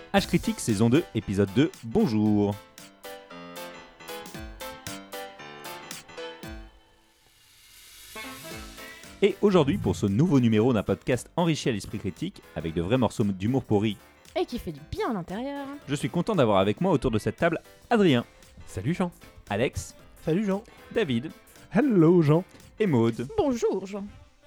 H-Critique saison 2, épisode 2, bonjour. Et aujourd'hui, pour ce nouveau numéro d'un podcast enrichi à l'esprit critique, avec de vrais morceaux d'humour pourri, et qui fait du bien à l'intérieur. je suis content d'avoir avec moi autour de cette table Adrien, Salut Jean. Alex, Salut Jean. David Hello Jean. et Maude. Bonjour Jean.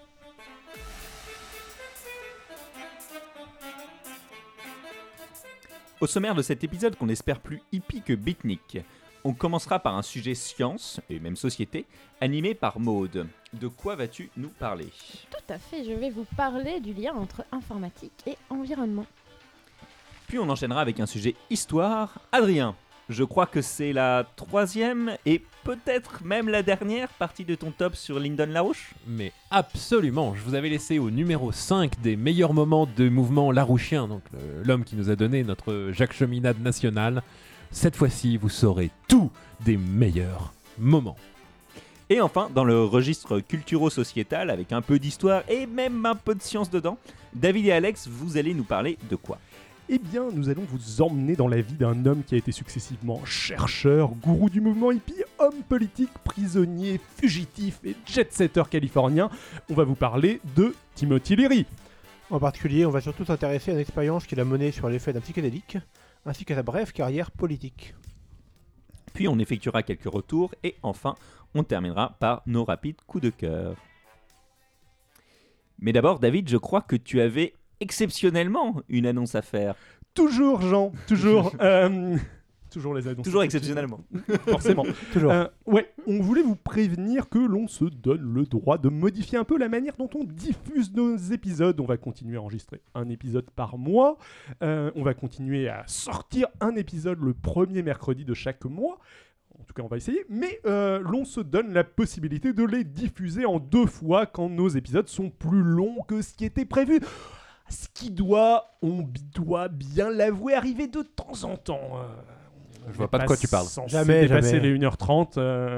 Au sommaire de cet épisode qu'on espère plus hippie que beatnik, on commencera par un sujet science, et même société, animé par Maude. De quoi vas-tu nous parler ? Tout à fait, je vais vous parler du lien entre informatique et environnement. Puis on enchaînera avec un sujet histoire. Adrien, je crois que c'est la 3e et peut-être même la dernière partie de ton top sur Lyndon LaRouche. Mais absolument, je vous avais laissé au numéro 5 des meilleurs moments de mouvement larouchien, donc l'homme qui nous a donné notre Jacques Cheminade national. Cette fois-ci, vous saurez tout des meilleurs moments. Et enfin, dans le registre culturo-sociétal, avec un peu d'histoire et même un peu de science dedans, David et Alex, vous allez nous parler de quoi ? Eh bien, nous allons vous emmener dans la vie d'un homme qui a été successivement chercheur, gourou du mouvement hippie, homme politique, prisonnier, fugitif et jet-setter californien. On va vous parler de Timothy Leary. En particulier, on va surtout s'intéresser à une expérience qu'il a menée sur l'effet d'un psychédélique, ainsi qu'à sa brève carrière politique. Puis on effectuera quelques retours et enfin, on terminera par nos rapides coups de cœur. Mais d'abord, David, je crois que tu avais exceptionnellement une annonce à faire. Toujours Jean, toujours. Toujours les annonces. Toujours exceptionnellement. Forcément. Toujours. Ouais, on voulait vous prévenir que l'on se donne le droit de modifier un peu la manière dont on diffuse nos épisodes. On va continuer à enregistrer un épisode par mois. On va continuer à sortir un épisode le premier mercredi de chaque mois. En tout cas, on va essayer. Mais l'on se donne la possibilité de les diffuser en 2 fois quand nos épisodes sont plus longs que ce qui était prévu. Ce qui on doit bien l'avouer, arriver de temps en temps. Je vois pas de quoi tu parles. Jamais, dépasser jamais. les 1h30.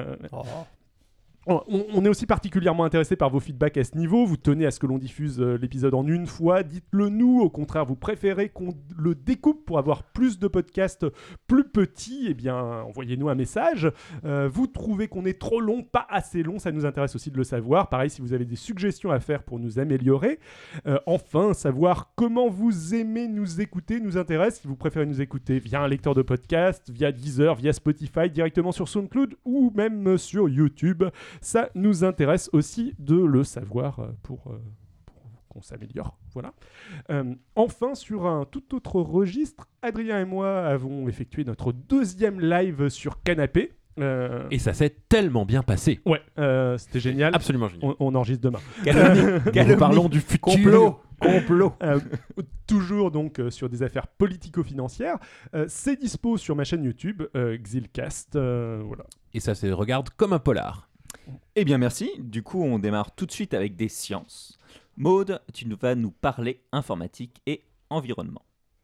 On est aussi particulièrement intéressé par vos feedbacks à ce niveau. Vous tenez à ce que l'on diffuse l'épisode en une fois. Dites-le nous. Au contraire, vous préférez qu'on le découpe pour avoir plus de podcasts plus petits. Eh bien, envoyez-nous un message. Vous trouvez qu'on est trop long, pas assez long. Ça nous intéresse aussi de le savoir. Pareil, si vous avez des suggestions à faire pour nous améliorer. Enfin, savoir comment vous aimez nous écouter nous intéresse. Si vous préférez nous écouter via un lecteur de podcast, via Deezer, via Spotify, directement sur SoundCloud ou même sur YouTube. Ça nous intéresse aussi de le savoir pour qu'on s'améliore. Voilà. Enfin, sur un tout autre registre, Adrien et moi avons effectué notre 2e live sur Canapé. Et ça s'est tellement bien passé. Ouais, c'était génial. Absolument génial. On enregistre demain. Nous parlons du futur. Complot. Toujours donc sur des affaires politico-financières. C'est dispo sur ma chaîne YouTube, Xilcast. Voilà. Et ça se regarde comme un polar. Eh bien merci, du coup on démarre tout de suite avec des sciences. Maude, tu vas nous parler informatique et environnement.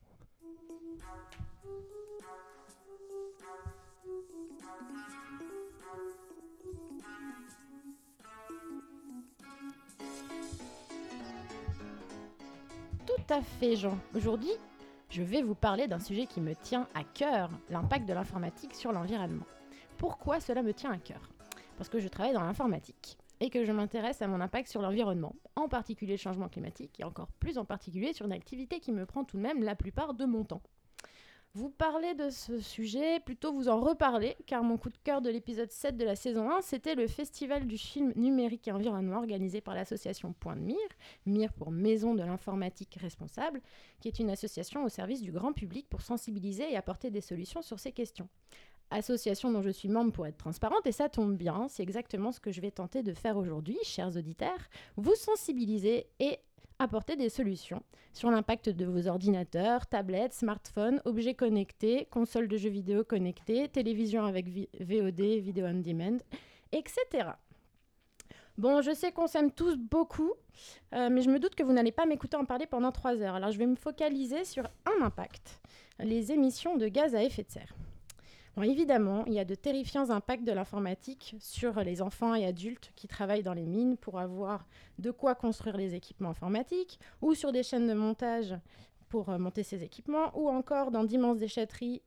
Tout à fait Jean. Aujourd'hui, je vais vous parler d'un sujet qui me tient à cœur, l'impact de l'informatique sur l'environnement. Pourquoi cela me tient à cœur ? Parce que je travaille dans l'informatique et que je m'intéresse à mon impact sur l'environnement, en particulier le changement climatique et encore plus en particulier sur une activité qui me prend tout de même la plupart de mon temps. Vous parlez de ce sujet, plutôt vous en reparler, car mon coup de cœur de l'épisode 7 de la saison 1, c'était le festival du film numérique et environnement organisé par l'association Point de Mire, Mire pour Maison de l'informatique responsable, qui est une association au service du grand public pour sensibiliser et apporter des solutions sur ces questions. Association dont je suis membre pour être transparente, et ça tombe bien, c'est exactement ce que je vais tenter de faire aujourd'hui, chers auditeurs, vous sensibiliser et apporter des solutions sur l'impact de vos ordinateurs, tablettes, smartphones, objets connectés, consoles de jeux vidéo connectées, télévision avec VOD, vidéo on demand, etc. Bon, je sais qu'on s'aime tous beaucoup, mais je me doute que vous n'allez pas m'écouter en parler pendant 3 heures. Alors je vais me focaliser sur un impact, les émissions de gaz à effet de serre. Bon, évidemment, il y a de terrifiants impacts de l'informatique sur les enfants et adultes qui travaillent dans les mines pour avoir de quoi construire les équipements informatiques, ou sur des chaînes de montage pour monter ces équipements, ou encore dans d'immenses déchetteries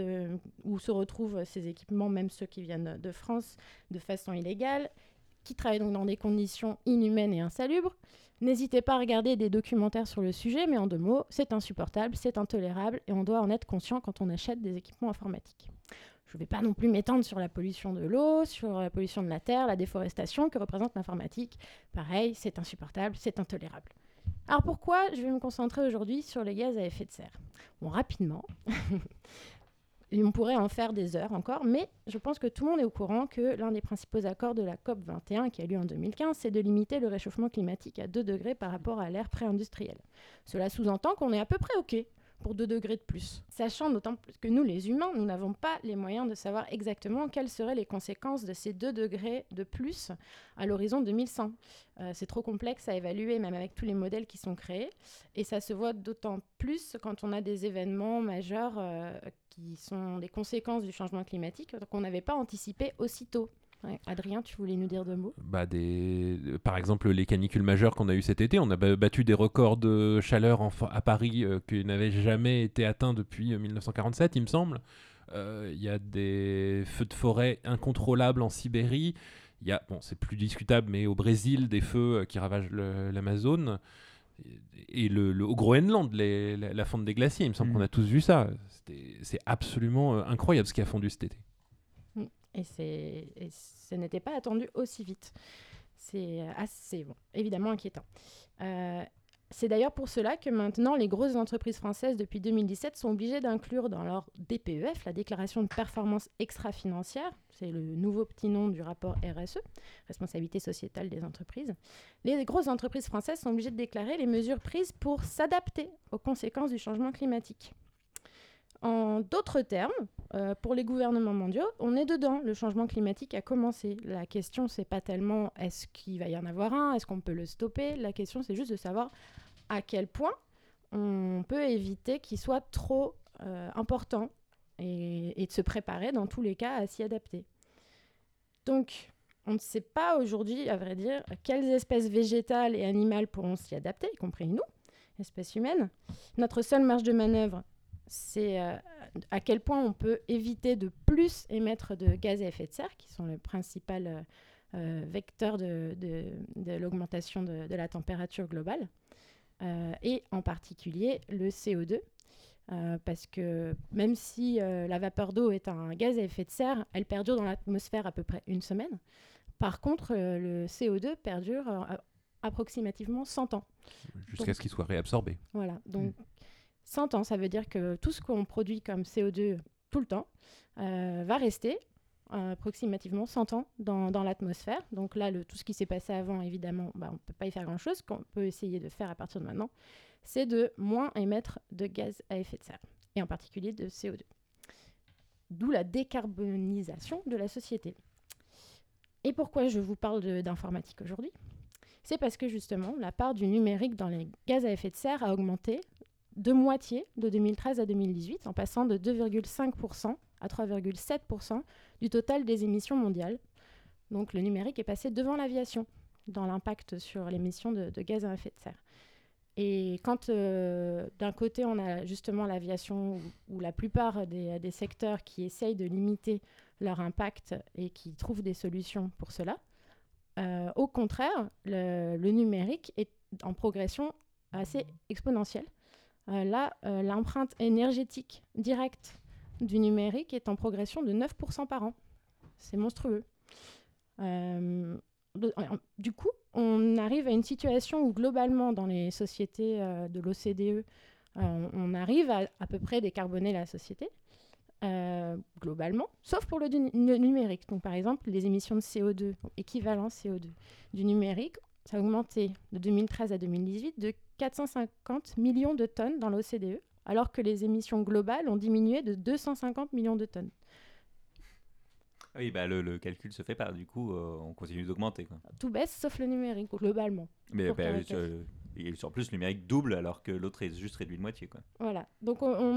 où se retrouvent ces équipements, même ceux qui viennent de France, de façon illégale, qui travaillent donc dans des conditions inhumaines et insalubres. N'hésitez pas à regarder des documentaires sur le sujet, mais en 2 mots, c'est insupportable, c'est intolérable, et on doit en être conscient quand on achète des équipements informatiques. Je ne vais pas non plus m'étendre sur la pollution de l'eau, sur la pollution de la terre, la déforestation que représente l'informatique. Pareil, c'est insupportable, c'est intolérable. Alors pourquoi je vais me concentrer aujourd'hui sur les gaz à effet de serre ? Bon, rapidement, et on pourrait en faire des heures encore, mais je pense que tout le monde est au courant que l'un des principaux accords de la COP21, qui a lieu en 2015, c'est de limiter le réchauffement climatique à 2 degrés par rapport à l'ère pré-industrielle. Cela sous-entend qu'on est à peu près OK pour 2 degrés de plus. Sachant d'autant plus que nous, les humains, nous n'avons pas les moyens de savoir exactement quelles seraient les conséquences de ces 2 degrés de plus à l'horizon 2100. C'est trop complexe à évaluer, même avec tous les modèles qui sont créés. Et ça se voit d'autant plus quand on a des événements majeurs qui sont des conséquences du changement climatique qu'on n'avait pas anticipé aussitôt. Ouais. Adrien, tu voulais nous dire 2 mots ? Par exemple, les canicules majeures qu'on a eues cet été, on a battu des records de chaleur à Paris qui n'avaient jamais été atteints depuis 1947, il me semble. Il y a des feux de forêt incontrôlables en Sibérie. Il y a, c'est plus discutable, mais au Brésil, des feux qui ravagent l'Amazone. Et au Groenland, la fonte des glaciers, il me semble qu'on a tous vu ça. C'est absolument incroyable ce qui a fondu cet été. Et ce n'était pas attendu aussi vite. C'est assez, évidemment inquiétant. C'est d'ailleurs pour cela que maintenant, les grosses entreprises françaises, depuis 2017, sont obligées d'inclure dans leur DPEF, la déclaration de performance extra-financière, c'est le nouveau petit nom du rapport RSE, responsabilité sociétale des entreprises. Les grosses entreprises françaises sont obligées de déclarer les mesures prises pour s'adapter aux conséquences du changement climatique. En d'autres termes, pour les gouvernements mondiaux, on est dedans. Le changement climatique a commencé. La question, c'est pas tellement est-ce qu'il va y en avoir un, est-ce qu'on peut le stopper. La question, c'est juste de savoir à quel point on peut éviter qu'il soit trop important et de se préparer dans tous les cas à s'y adapter. Donc, on ne sait pas aujourd'hui, à vrai dire, quelles espèces végétales et animales pourront s'y adapter, y compris nous, espèces humaines. Notre seule marge de manœuvre, c'est à quel point on peut éviter de plus émettre de gaz à effet de serre, qui sont le principal vecteur de l'augmentation de la température globale, et en particulier le CO2, parce que même si la vapeur d'eau est un gaz à effet de serre, elle perdure dans l'atmosphère à peu près 1 semaine. Par contre, le2 perdure approximativement 100 ans. Jusqu'à ce qu'il soit réabsorbé. Voilà, donc 100 ans, ça veut dire que tout ce qu'on produit comme CO2 tout le temps va rester approximativement 100 ans dans l'atmosphère. Donc là, tout ce qui s'est passé avant, évidemment, on ne peut pas y faire grand-chose. Ce qu'on peut essayer de faire à partir de maintenant, c'est de moins émettre de gaz à effet de serre, et en particulier de CO2. D'où la décarbonisation de la société. Et pourquoi je vous parle d'informatique aujourd'hui ? C'est parce que justement, la part du numérique dans les gaz à effet de serre a augmenté de moitié de 2013 à 2018, en passant de 2,5% à 3,7% du total des émissions mondiales. Donc le numérique est passé devant l'aviation dans l'impact sur l'émission de gaz à effet de serre. Et quand d'un côté on a justement l'aviation ou la plupart des secteurs qui essayent de limiter leur impact et qui trouvent des solutions pour cela, au contraire, le numérique est en progression assez exponentielle. L'empreinte énergétique directe du numérique est en progression de 9% par an. C'est monstrueux. Du coup, on arrive à une situation où globalement, dans les sociétés de l'OCDE, on arrive à peu près décarboner la société, globalement, sauf pour le numérique. Donc, par exemple, les émissions de CO2, équivalent CO2 du numérique, ça a augmenté de 2013 à 2018 de 450 millions de tonnes dans l'OCDE, alors que les émissions globales ont diminué de 250 millions de tonnes. Oui, le calcul se fait pas, du coup, on continue d'augmenter, quoi. Tout baisse, sauf le numérique, globalement. Mais et sur plus, le numérique double, alors que l'autre est juste réduit de moitié, quoi. Voilà, donc on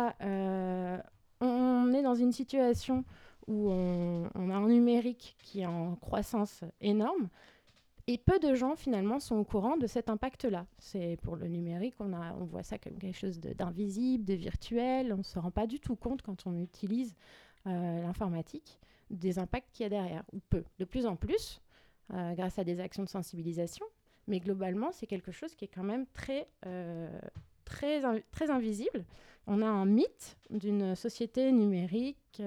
est dans une situation où on a un numérique qui est en croissance énorme, Et peu de gens, finalement, sont au courant de cet impact-là. C'est pour le numérique, on voit ça comme quelque chose d'invisible, de virtuel. On ne se rend pas du tout compte, quand on utilise l'informatique, des impacts qu'il y a derrière, ou peu. De plus en plus, grâce à des actions de sensibilisation. Mais globalement, c'est quelque chose qui est quand même très invisible. On a un mythe d'une société numérique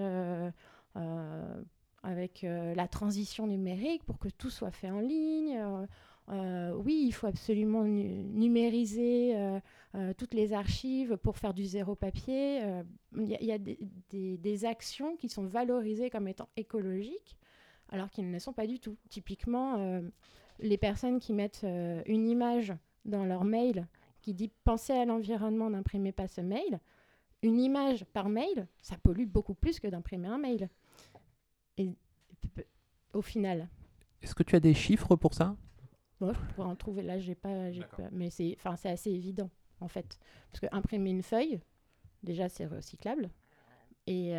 avec la transition numérique pour que tout soit fait en ligne. Oui, il faut absolument numériser toutes les archives pour faire du zéro papier. Il y a des actions qui sont valorisées comme étant écologiques, alors qu'ils ne le sont pas du tout. Typiquement, les personnes qui mettent une image dans leur mail qui dit « Pensez à l'environnement, n'imprimez pas ce mail », une image par mail, ça pollue beaucoup plus que d'imprimer un mail. Et au final. Est-ce que tu as des chiffres pour ça ? Bon, je pourrais en trouver là, j'ai pas, mais c'est assez évident en fait, parce que imprimer une feuille, déjà c'est recyclable, et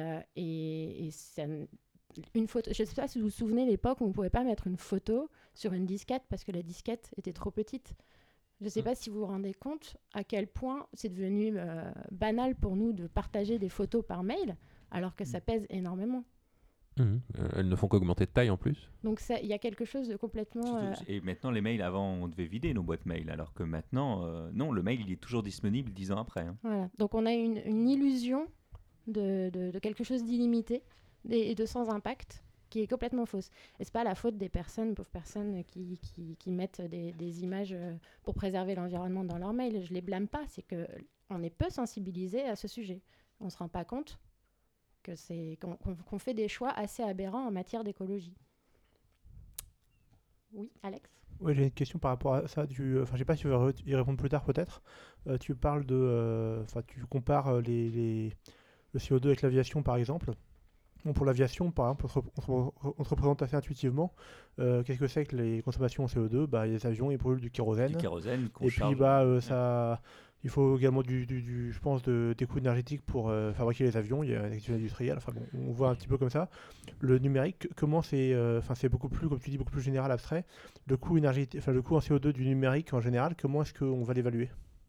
une photo. Je ne sais pas si vous vous souvenez l'époque où on ne pouvait pas mettre une photo sur une disquette parce que la disquette était trop petite. Je ne sais pas si vous vous rendez compte à quel point c'est devenu banal pour nous de partager des photos par mail, alors que ça pèse énormément. Elles ne font qu'augmenter de taille en plus. Donc il y a quelque chose de complètement... Et maintenant, les mails, avant, on devait vider nos boîtes mail, alors que maintenant, non, le mail, il est toujours disponible 10 ans après. Hein. Voilà. Donc on a une illusion de quelque chose d'illimité et de sans impact qui est complètement fausse. Et c'est pas la faute des pauvres personnes qui mettent des images pour préserver l'environnement dans leur mail. Je les blâme pas, c'est qu'on est peu sensibilisé à ce sujet. On se rend pas compte qu'on fait des choix assez aberrants en matière d'écologie. Oui, Alex ? Oui, j'ai une question par rapport à ça. Je ne sais pas si tu veux y répondre plus tard peut-être. Tu parles tu compares le CO2 avec l'aviation par exemple. Bon, pour l'aviation, par exemple, on se représente assez intuitivement qu'est-ce que c'est que les consommations en CO2. Les avions, ils brûlent du kérosène. Du kérosène qu'on et charge. Puis, il faut également je pense, des coûts énergétiques pour fabriquer les avions. Il y a une activité industrielle. Enfin, bon, on voit un petit peu comme ça. Le numérique, comment c'est beaucoup plus, comme tu dis, beaucoup plus général, abstrait. Le coût énergétique, le coût en CO2 du numérique en général, comment est-ce qu'on va l'évaluer ?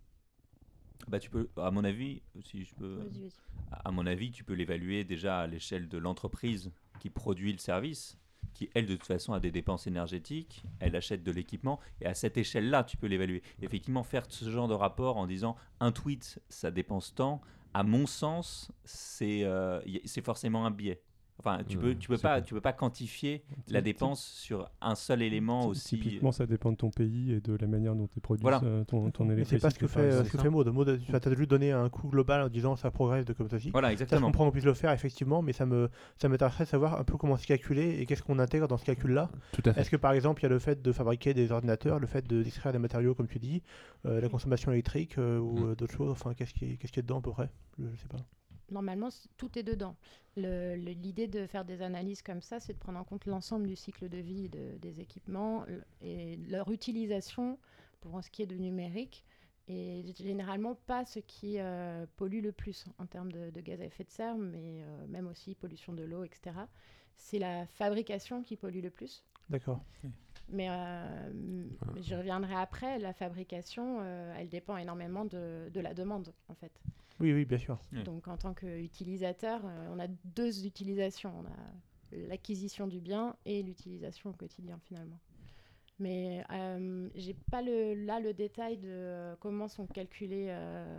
Tu peux, à mon avis, si je peux, Vas-y. à mon avis, tu peux l'évaluer déjà à l'échelle de l'entreprise qui produit le service, qui elle de toute façon a des dépenses énergétiques, elle achète de l'équipement, et à cette échelle-là, tu peux l'évaluer. Effectivement, faire ce genre de rapport en disant un tweet, ça dépense tant, à mon sens, c'est forcément un biais. Enfin, tu peux pas quantifier la dépense sur un seul élément aussi. Typiquement, ça dépend de ton pays et de la manière dont tu produis Voilà. ton Mais électricité. c'est pas ce que fait Maud. Maud, tu as juste donné un coût global en disant ça progresse de comme ceci. Voilà, Ça, je exactement. comprends qu'on puisse le faire effectivement, mais ça m'intéresserait de savoir un peu comment c'est calculé et qu'est-ce qu'on intègre dans ce calcul-là. Tout à fait. Est-ce que par exemple, il y a le fait de fabriquer des ordinateurs, le fait d'extraire des matériaux, comme tu dis, la consommation électrique ou d'autres choses. Enfin, qu'est-ce qui est dedans à peu près ? Je sais pas. Normalement, tout est dedans. L'idée de faire des analyses comme ça, c'est de prendre en compte l'ensemble du cycle de vie des équipements et leur utilisation pour ce qui est de numérique. Et généralement, pas ce qui pollue le plus en termes de gaz à effet de serre, mais même aussi pollution de l'eau, etc. C'est la fabrication qui pollue le plus. D'accord. Mais je reviendrai après. La fabrication, elle dépend énormément de la demande, en fait. Oui, bien sûr. Oui. Donc, en tant qu'utilisateur, on a deux utilisations. On a l'acquisition du bien et l'utilisation au quotidien, finalement. Mais j'ai pas le détail de comment sont calculées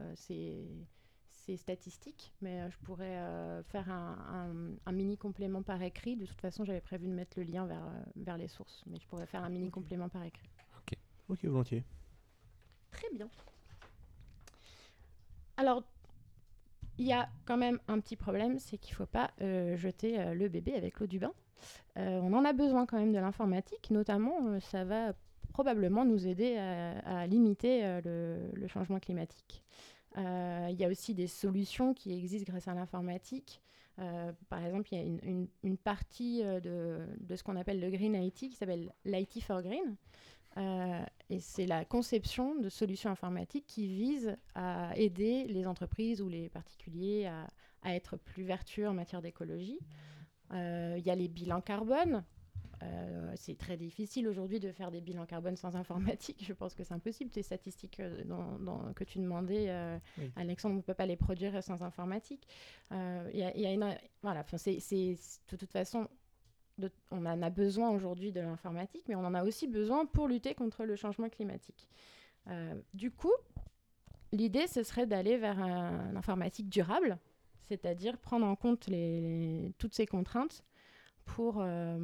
ces statistiques, mais je pourrais faire un mini complément par écrit. De toute façon, j'avais prévu de mettre le lien vers les sources, mais je pourrais faire un mini complément par écrit. Ok, volontiers. Très bien. Alors, il y a quand même un petit problème, c'est qu'il ne faut pas jeter le bébé avec l'eau du bain. On en a besoin quand même de l'informatique, notamment ça va probablement nous aider à limiter le changement climatique. Il y a aussi des solutions qui existent grâce à l'informatique. Par exemple, il y a une partie de ce qu'on appelle le Green IT qui s'appelle l'IT for Green. Et c'est la conception de solutions informatiques qui visent à aider les entreprises ou les particuliers à être plus vertueux en matière d'écologie. Il y a les bilans carbone. c'est très difficile aujourd'hui de faire des bilans carbone sans informatique. Je pense que c'est impossible. Tes statistiques que tu demandais, Oui. Alexandre, on ne peut pas les produire sans informatique. Voilà, de toute façon, on en a besoin aujourd'hui de l'informatique, mais on en a aussi besoin pour lutter contre le changement climatique. Du coup, l'idée, ce serait d'aller vers une informatique durable, c'est-à-dire prendre en compte toutes ces contraintes pour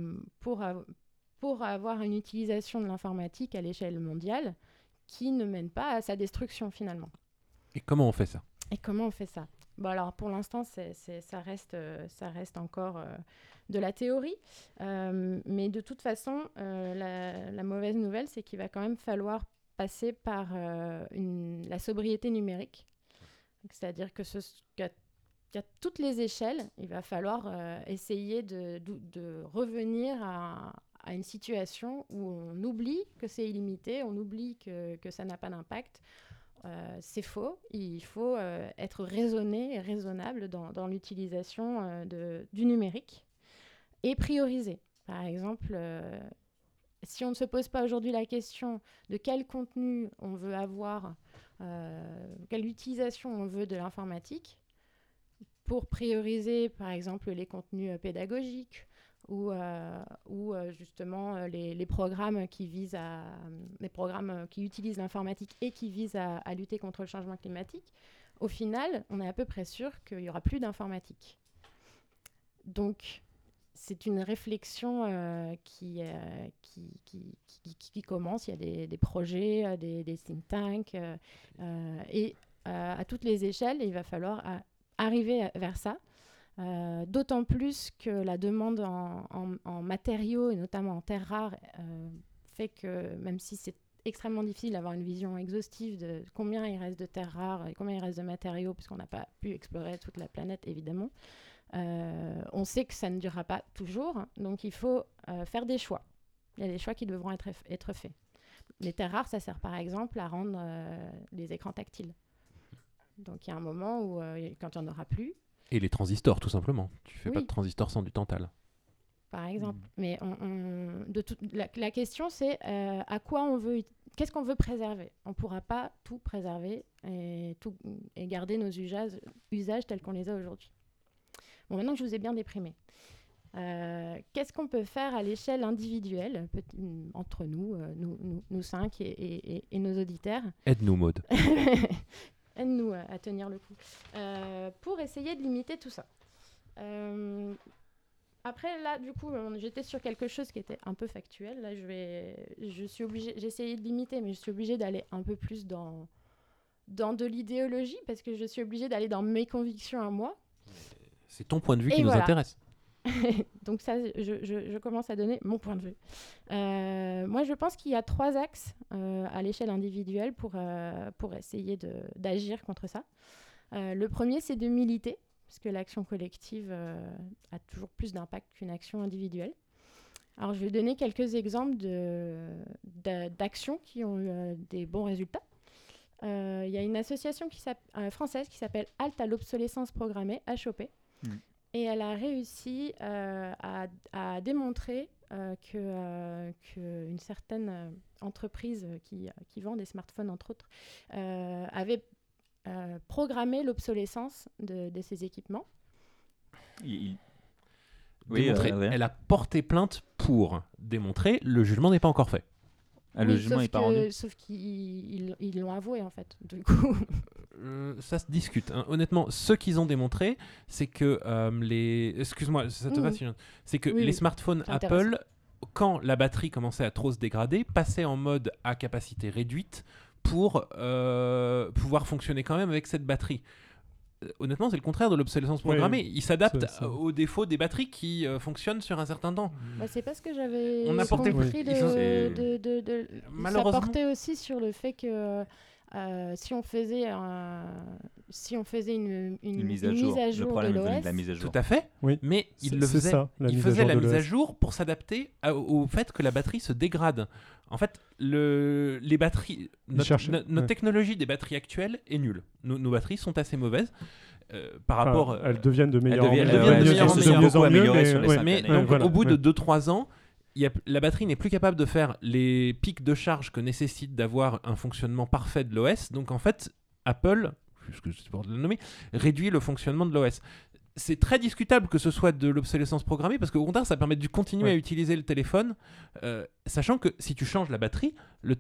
avoir une utilisation de l'informatique à l'échelle mondiale qui ne mène pas à sa destruction finalement. Et comment on fait ça ? Bon, alors pour l'instant, ça reste encore de la théorie, mais de toute façon, la mauvaise nouvelle, c'est qu'il va quand même falloir passer par la sobriété numérique. C'est-à-dire qu'à toutes les échelles, il va falloir essayer de revenir à une situation où on oublie que c'est illimité, on oublie que ça n'a pas d'impact. C'est faux. Il faut être raisonné et raisonnable dans l'utilisation du numérique et prioriser. Par exemple, si on ne se pose pas aujourd'hui la question de quel contenu on veut avoir, quelle utilisation on veut de l'informatique, pour prioriser, par exemple, les contenus pédagogiques ou justement les programmes qui utilisent l'informatique et qui visent à lutter contre le changement climatique, au final, on est à peu près sûr qu'il n'y aura plus d'informatique. Donc, c'est une réflexion qui commence. Il y a des projets, des think tanks, et à toutes les échelles, il va falloir arriver vers ça. D'autant plus que la demande en matériaux, et notamment en terres rares, fait que même si c'est extrêmement difficile d'avoir une vision exhaustive de combien il reste de terres rares et combien il reste de matériaux, puisqu'on n'a pas pu explorer toute la planète, évidemment, on sait que ça ne durera pas toujours, donc il faut faire des choix. Il y a des choix qui devront être faits. Les terres rares, ça sert par exemple à rendre les écrans tactiles. Donc il y a un moment où, quand il n'y en aura plus... Et les transistors, tout simplement. Tu fais Oui. pas de transistors sans du tantal. Par exemple. Mais la question, c'est qu'est-ce qu'on veut préserver ? On ne pourra pas tout préserver et garder nos usages tels qu'on les a aujourd'hui. Bon, maintenant que je vous ai bien déprimé, qu'est-ce qu'on peut faire à l'échelle individuelle, entre nous 5 et nos auditeurs ? Aide-nous, Maud. Aide-nous à tenir le coup, pour essayer de limiter tout ça. Après, là, du coup, j'étais sur quelque chose qui était un peu factuel. Là, j'ai essayé de limiter, mais je suis obligée d'aller un peu plus dans de l'idéologie, parce que je suis obligée d'aller dans mes convictions à moi. C'est ton point de vue qui Et nous voilà. intéresse. Donc ça, je commence à donner mon point de vue. Moi, je pense qu'il y a 3 axes à l'échelle individuelle pour essayer d'agir contre ça. Le premier, c'est de militer, parce que l'action collective a toujours plus d'impact qu'une action individuelle. Alors, je vais donner quelques exemples d'actions qui ont eu des bons résultats. Il y a une association française qui s'appelle Halte à l'obsolescence programmée, HOP. Et elle a réussi à démontrer qu'une certaine entreprise qui vend des smartphones, entre autres, avait programmé l'obsolescence de ses équipements. Elle a porté plainte pour démontrer. Le jugement n'est pas encore fait. Le jugement n'est pas rendu. Sauf qu'ils l'ont avoué, en fait, du coup. Ça se discute. Hein. Honnêtement, ce qu'ils ont démontré, c'est que excuse-moi, ça te va si c'est que les smartphones Apple, quand la batterie commençait à trop se dégrader, passaient en mode à capacité réduite pour pouvoir fonctionner quand même avec cette batterie. Honnêtement, c'est le contraire de l'obsolescence programmée. Ils s'adaptent aux défauts des batteries qui fonctionnent sur un certain temps. C'est parce que j'avais compris ça portait aussi sur le fait que si on faisait une mise à jour de l'OS, tout à fait. Oui. Mais il faisait la mise à jour pour s'adapter au fait que la batterie se dégrade. En fait, les batteries, notre technologie des batteries actuelles est nulle. Nos batteries sont assez mauvaises. Par rapport, elles deviennent de meilleure en mieux. Mais Mais donc, au bout de 2-3 ans, la batterie n'est plus capable de faire les pics de charge que nécessite d'avoir un fonctionnement parfait de l'OS. Donc en fait, Apple, puisque je sais pas le nommer, réduit le fonctionnement de l'OS. C'est très discutable que ce soit de l'obsolescence programmée parce qu'au contraire, ça permet de continuer à utiliser le téléphone, sachant que si tu changes la batterie,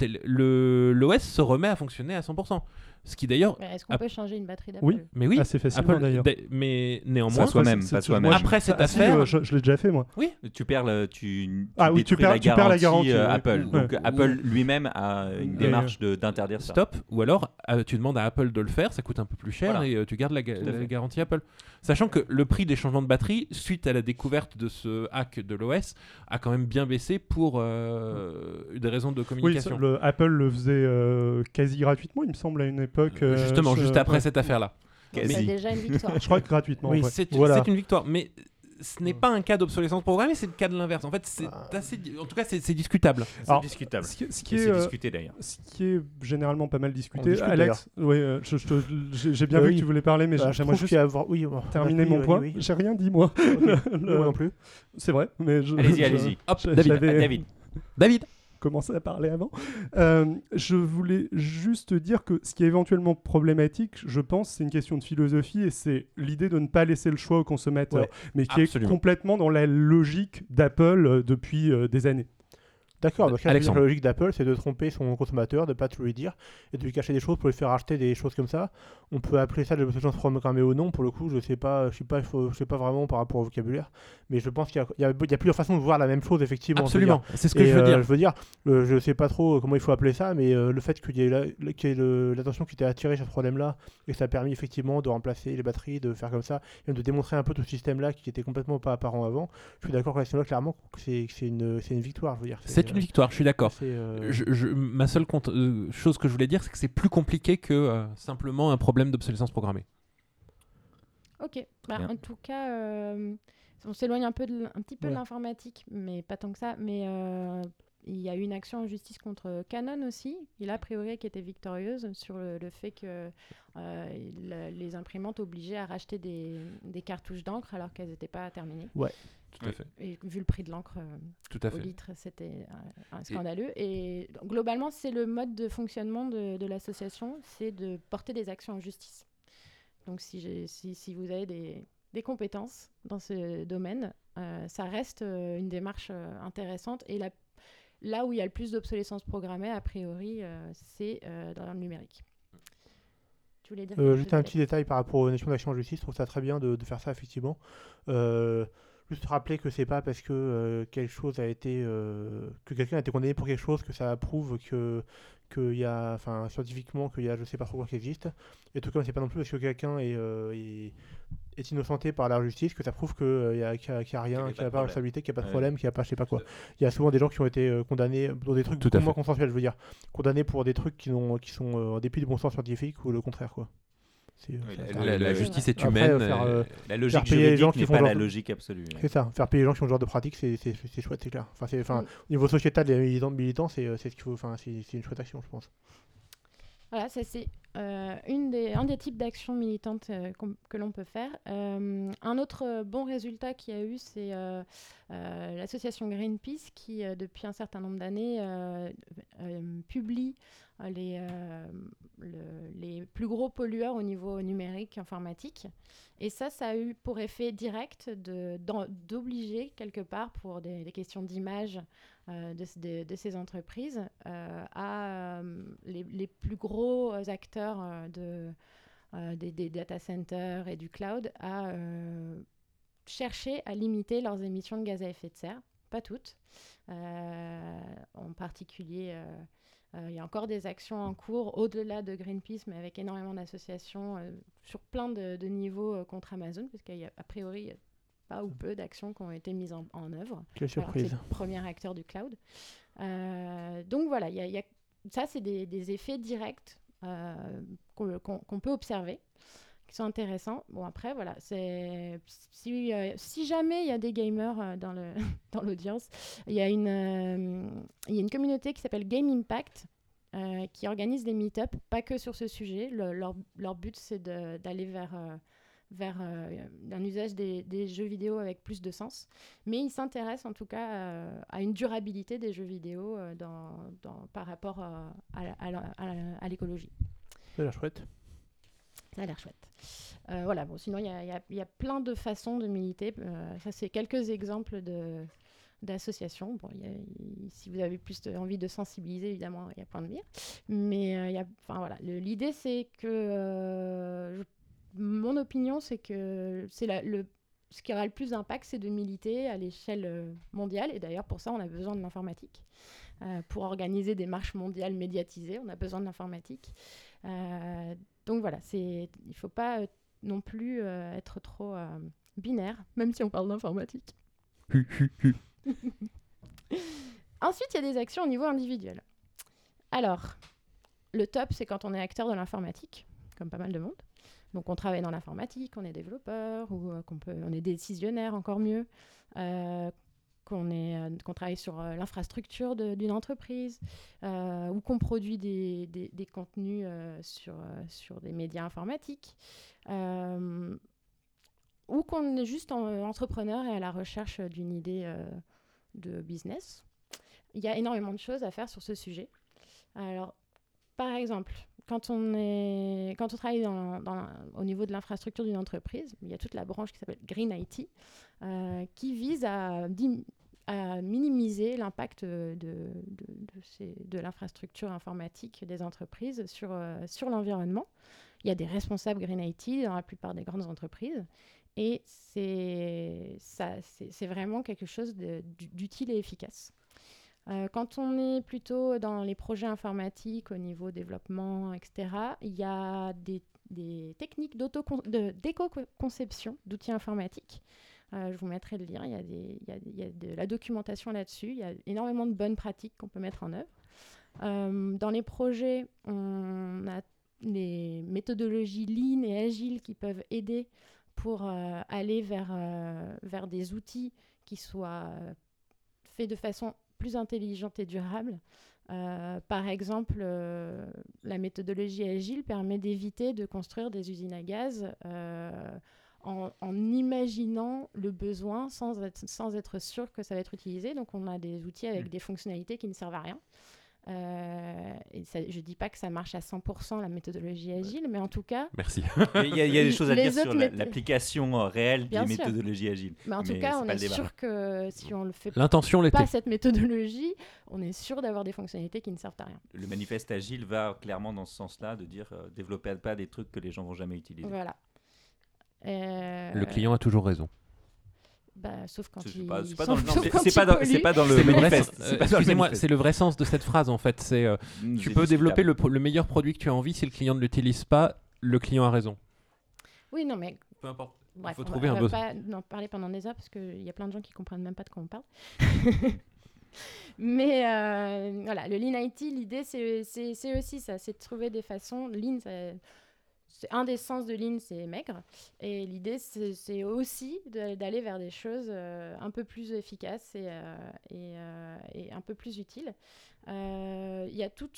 l'OS se remet à fonctionner à 100%. Ce qui d'ailleurs. Mais est-ce qu'on peut changer une batterie d'Apple ? Oui, mais oui, assez facilement d'ailleurs. Mais néanmoins, Pas soi-même. Après cette affaire, je l'ai déjà fait moi. Tu perds tu tu détruis perds la garantie Apple. ouais. Donc Apple lui-même a une démarche d'interdire ça. stop, ou alors tu demandes à Apple de le faire, ça coûte un peu plus cher Voilà. et tu gardes la garantie Apple. Sachant que le prix des changements de batterie, suite à la découverte de ce hack de l'OS, a quand même bien baissé pour des raisons de communication. Oui, Apple le faisait quasi gratuitement, il me semble, à une époque. Justement, juste après cette affaire-là. C'est déjà une victoire. Je crois que gratuitement. Oui, ouais. c'est Voilà. une victoire, mais ce n'est pas un cas d'obsolescence programmée, c'est le cas de l'inverse. En fait, c'est en tout cas, c'est discutable. C'est discutable. Ce qui Et est, c'est discuté d'ailleurs. Ce qui est généralement pas mal On discuté. discute, Alex, j'ai bien vu oui. que tu voulais parler, mais j'aimerais trouve juste qu'il y a oui, terminer mon point. J'ai rien dit, moi. Moi non plus. C'est vrai, mais Allez-y. Hop, j'avais David. commencé à parler avant. Je voulais juste dire que ce qui est éventuellement problématique, je pense, c'est une question de philosophie et c'est l'idée de ne pas laisser le choix au consommateur, mais qui Absolument. est complètement dans la logique d'Apple depuis des années. D'accord, donc Alexandre. la logique d'Apple, c'est de tromper son consommateur, de ne pas tout lui dire, et de lui cacher des choses pour lui faire acheter des choses comme ça. On peut appeler ça de l'obsolescence programmée ou non, pour le coup, je sais pas vraiment par rapport au vocabulaire, mais je pense qu'il y a plusieurs façons de voir la même chose, effectivement. Absolument, c'est ce que Et, je veux dire. Je veux dire, je sais pas trop comment il faut appeler ça, mais le fait qu'il y ait l'attention qui était attirée sur ce problème-là, et que ça a permis effectivement de remplacer les batteries, de faire comme ça, et même de démontrer un peu tout ce système-là qui était complètement pas apparent avant, je suis d'accord avec là clairement que c'est une victoire, je veux dire. C'est une victoire, je suis d'accord. C'est, Ma seule chose que je voulais dire, c'est que c'est plus compliqué que simplement un problème d'obsolescence programmée. Ok. Bien. En tout cas, on s'éloigne un petit peu de l'informatique, mais pas tant que ça. Mais il y a eu une action en justice contre Canon aussi, a priori qui était victorieuse sur le fait que les imprimantes obligeaient à racheter des cartouches d'encre alors qu'elles n'étaient pas terminées. Tout à fait. Et vu le prix de l'encre Tout à au fait. litre, c'était scandaleux. Et globalement, c'est le mode de fonctionnement de l'association, c'est de porter des actions en justice. Donc si vous avez des compétences dans ce domaine, ça reste une démarche intéressante. Et là où il y a le plus d'obsolescence programmée, a priori, c'est dans le numérique. Tu voulais dire juste un petit détail par rapport aux notions d'action en justice, je trouve ça très bien de faire ça effectivement. Juste rappeler que c'est pas parce que quelque chose a été que quelqu'un a été condamné pour quelque chose que ça prouve qu'il y a, enfin scientifiquement qu'il y a je sais pas trop quoi qui existe. Et tout comme c'est pas non plus parce que quelqu'un est innocenté par la justice que ça prouve qu'il y a rien, qu'il n'y a pas de responsabilité, qu'il n'y a pas de problème, qu'il n'y a pas je sais pas quoi. Il y a souvent des gens qui ont été condamnés pour des trucs Tout à moins fait. consensuels, je veux dire, condamnés pour des trucs qui sont en dépit du bon sens scientifique ou le contraire quoi. La justice est Après, humaine. La logique payer les gens juridique qui n'est font pas la genre- logique absolue. C'est ça, faire payer les gens qui ont ce genre de pratique, c'est chouette, c'est clair. Au niveau sociétal des militants, c'est ce qu'il faut. Enfin, c'est une chouette action, je pense. Voilà, ça c'est un des types d'actions militantes que l'on peut faire. Un autre bon résultat qu'il y a eu, c'est l'association Greenpeace qui, depuis un certain nombre d'années, publie les plus gros pollueurs au niveau numérique informatique. Et ça a eu pour effet direct d'obliger quelque part, pour des questions d'image de ces entreprises, à les plus gros acteurs des data centers et du cloud à chercher à limiter leurs émissions de gaz à effet de serre. Pas toutes. En particulier, il y a encore des actions en cours au-delà de Greenpeace, mais avec énormément d'associations sur plein de niveaux contre Amazon, parce qu'il y a a priori pas ou peu d'actions qui ont été mises en œuvre. Quelle Alors que c'est surprise. le premier acteur du cloud. Donc voilà, ça c'est des effets directs qu'on peut observer, qui sont intéressants. Bon après voilà, si jamais il y a des gamers dans l'audience, il y a une communauté qui s'appelle Game Impact qui organise des meet-up, pas que sur ce sujet. Leur but c'est d'aller vers vers un usage des jeux vidéo avec plus de sens. Mais il s'intéresse en tout cas à une durabilité des jeux vidéo par rapport à l'écologie. Ça a l'air chouette. Ça a l'air chouette. Voilà, bon, sinon, il y a plein de façons de militer. Ça, c'est quelques exemples d'associations. Bon, si vous avez plus envie de sensibiliser, évidemment, il y a plein de biais. Mais voilà. L'idée, c'est que mon opinion, c'est que ce qui aura le plus d'impact, c'est de militer à l'échelle mondiale. Et d'ailleurs, pour ça, on a besoin de l'informatique. Pour organiser des marches mondiales médiatisées, on a besoin de l'informatique. Donc voilà, il ne faut pas non plus être trop binaire, même si on parle d'informatique. Ensuite, il y a des actions au niveau individuel. Alors, le top, c'est quand on est acteur de l'informatique, comme pas mal de monde. Donc, on travaille dans l'informatique, on est développeur, ou on est décisionnaire, encore mieux, qu'on travaille sur l'infrastructure d'une entreprise, ou qu'on produit des contenus sur des médias informatiques, ou qu'on est juste entrepreneur et à la recherche d'une idée de business. Il y a énormément de choses à faire sur ce sujet. Alors, par exemple, quand on travaille au niveau de l'infrastructure d'une entreprise, il y a toute la branche qui s'appelle Green IT, qui vise à minimiser l'impact de l'infrastructure informatique des entreprises sur l'environnement. Il y a des responsables Green IT dans la plupart des grandes entreprises. Et c'est vraiment quelque chose d'utile et efficace. Quand on est plutôt dans les projets informatiques au niveau développement, etc., il y a des techniques d'éco-conception d'outils informatiques. Je vous mettrai le lien, il y a de la documentation là-dessus, il y a énormément de bonnes pratiques qu'on peut mettre en œuvre. Dans les projets, on a les méthodologies lean et agiles qui peuvent aider pour aller vers des outils qui soient faits de façon plus intelligente et durable. Par exemple, la méthodologie agile permet d'éviter de construire des usines à gaz en imaginant le besoin sans être sûr que ça va être utilisé. Donc, on a des outils avec des fonctionnalités qui ne servent à rien. Et ça, je ne dis pas que ça marche à 100% la méthodologie agile, mais en tout cas... Merci. Il y a des choses à dire sur l'application réelle des méthodologies agiles. Mais en tout cas, on est sûr que si on ne le fait pas cette méthodologie, on est sûr d'avoir des fonctionnalités qui ne servent à rien. Le manifeste agile va clairement dans ce sens-là, de dire développez pas des trucs que les gens ne vont jamais utiliser. Voilà. Le client a toujours raison. Sauf quand c'est pas dans le manifeste. Excusez-moi, c'est le vrai sens de cette phrase en fait. Tu peux développer le meilleur produit que tu as envie, si le client ne l'utilise pas, le client a raison. Oui, non, mais peu importe. Bref, il faut trouver un besoin. On va pas en parler pendant des heures parce qu'il y a plein de gens qui comprennent même pas de quoi on parle. Mais voilà, le Lean IT, l'idée c'est aussi ça, c'est de trouver des façons. Lean, c'est un des sens de Lean, c'est maigre. Et l'idée, c'est aussi d'aller vers des choses un peu plus efficaces et un peu plus utiles. Il y a toute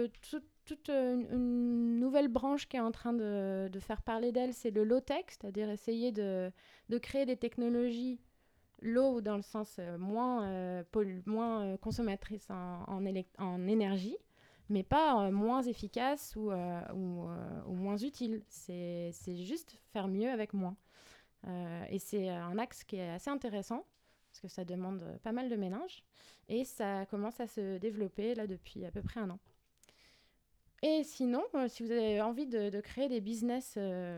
une nouvelle branche qui est en train de faire parler d'elle, c'est le low-tech, c'est-à-dire essayer de créer des technologies low dans le sens moins consommatrices en énergie, mais pas moins efficace ou moins utile. C'est juste faire mieux avec moins. Et c'est un axe qui est assez intéressant, parce que ça demande pas mal de ménage, et ça commence à se développer là depuis à peu près 1 an. Et sinon, si vous avez envie de créer des business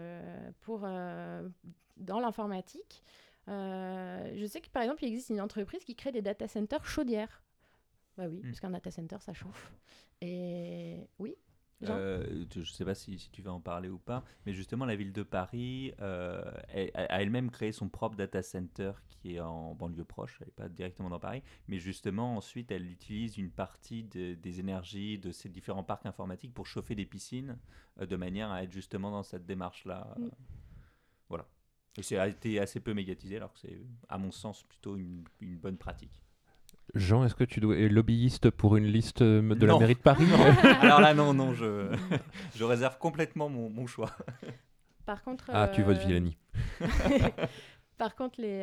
dans l'informatique, je sais que par exemple, il existe une entreprise qui crée des data centers chaudières. Bah oui, parce qu'un data center, ça chauffe. Et oui. Je ne sais pas si tu vas en parler ou pas, mais justement, la ville de Paris a elle-même créé son propre data center qui est en banlieue proche, elle n'est pas directement dans Paris, mais justement, ensuite, elle utilise une partie des énergies de ces différents parcs informatiques pour chauffer des piscines, de manière à être justement dans cette démarche-là. Voilà. Et ça a été assez peu médiatisé, alors que c'est, à mon sens, plutôt une bonne pratique. Jean, est-ce que tu es lobbyiste pour une liste de la mairie de Paris? Alors là, non, je réserve complètement mon choix. Par contre, Tu votes Villani. par contre, il y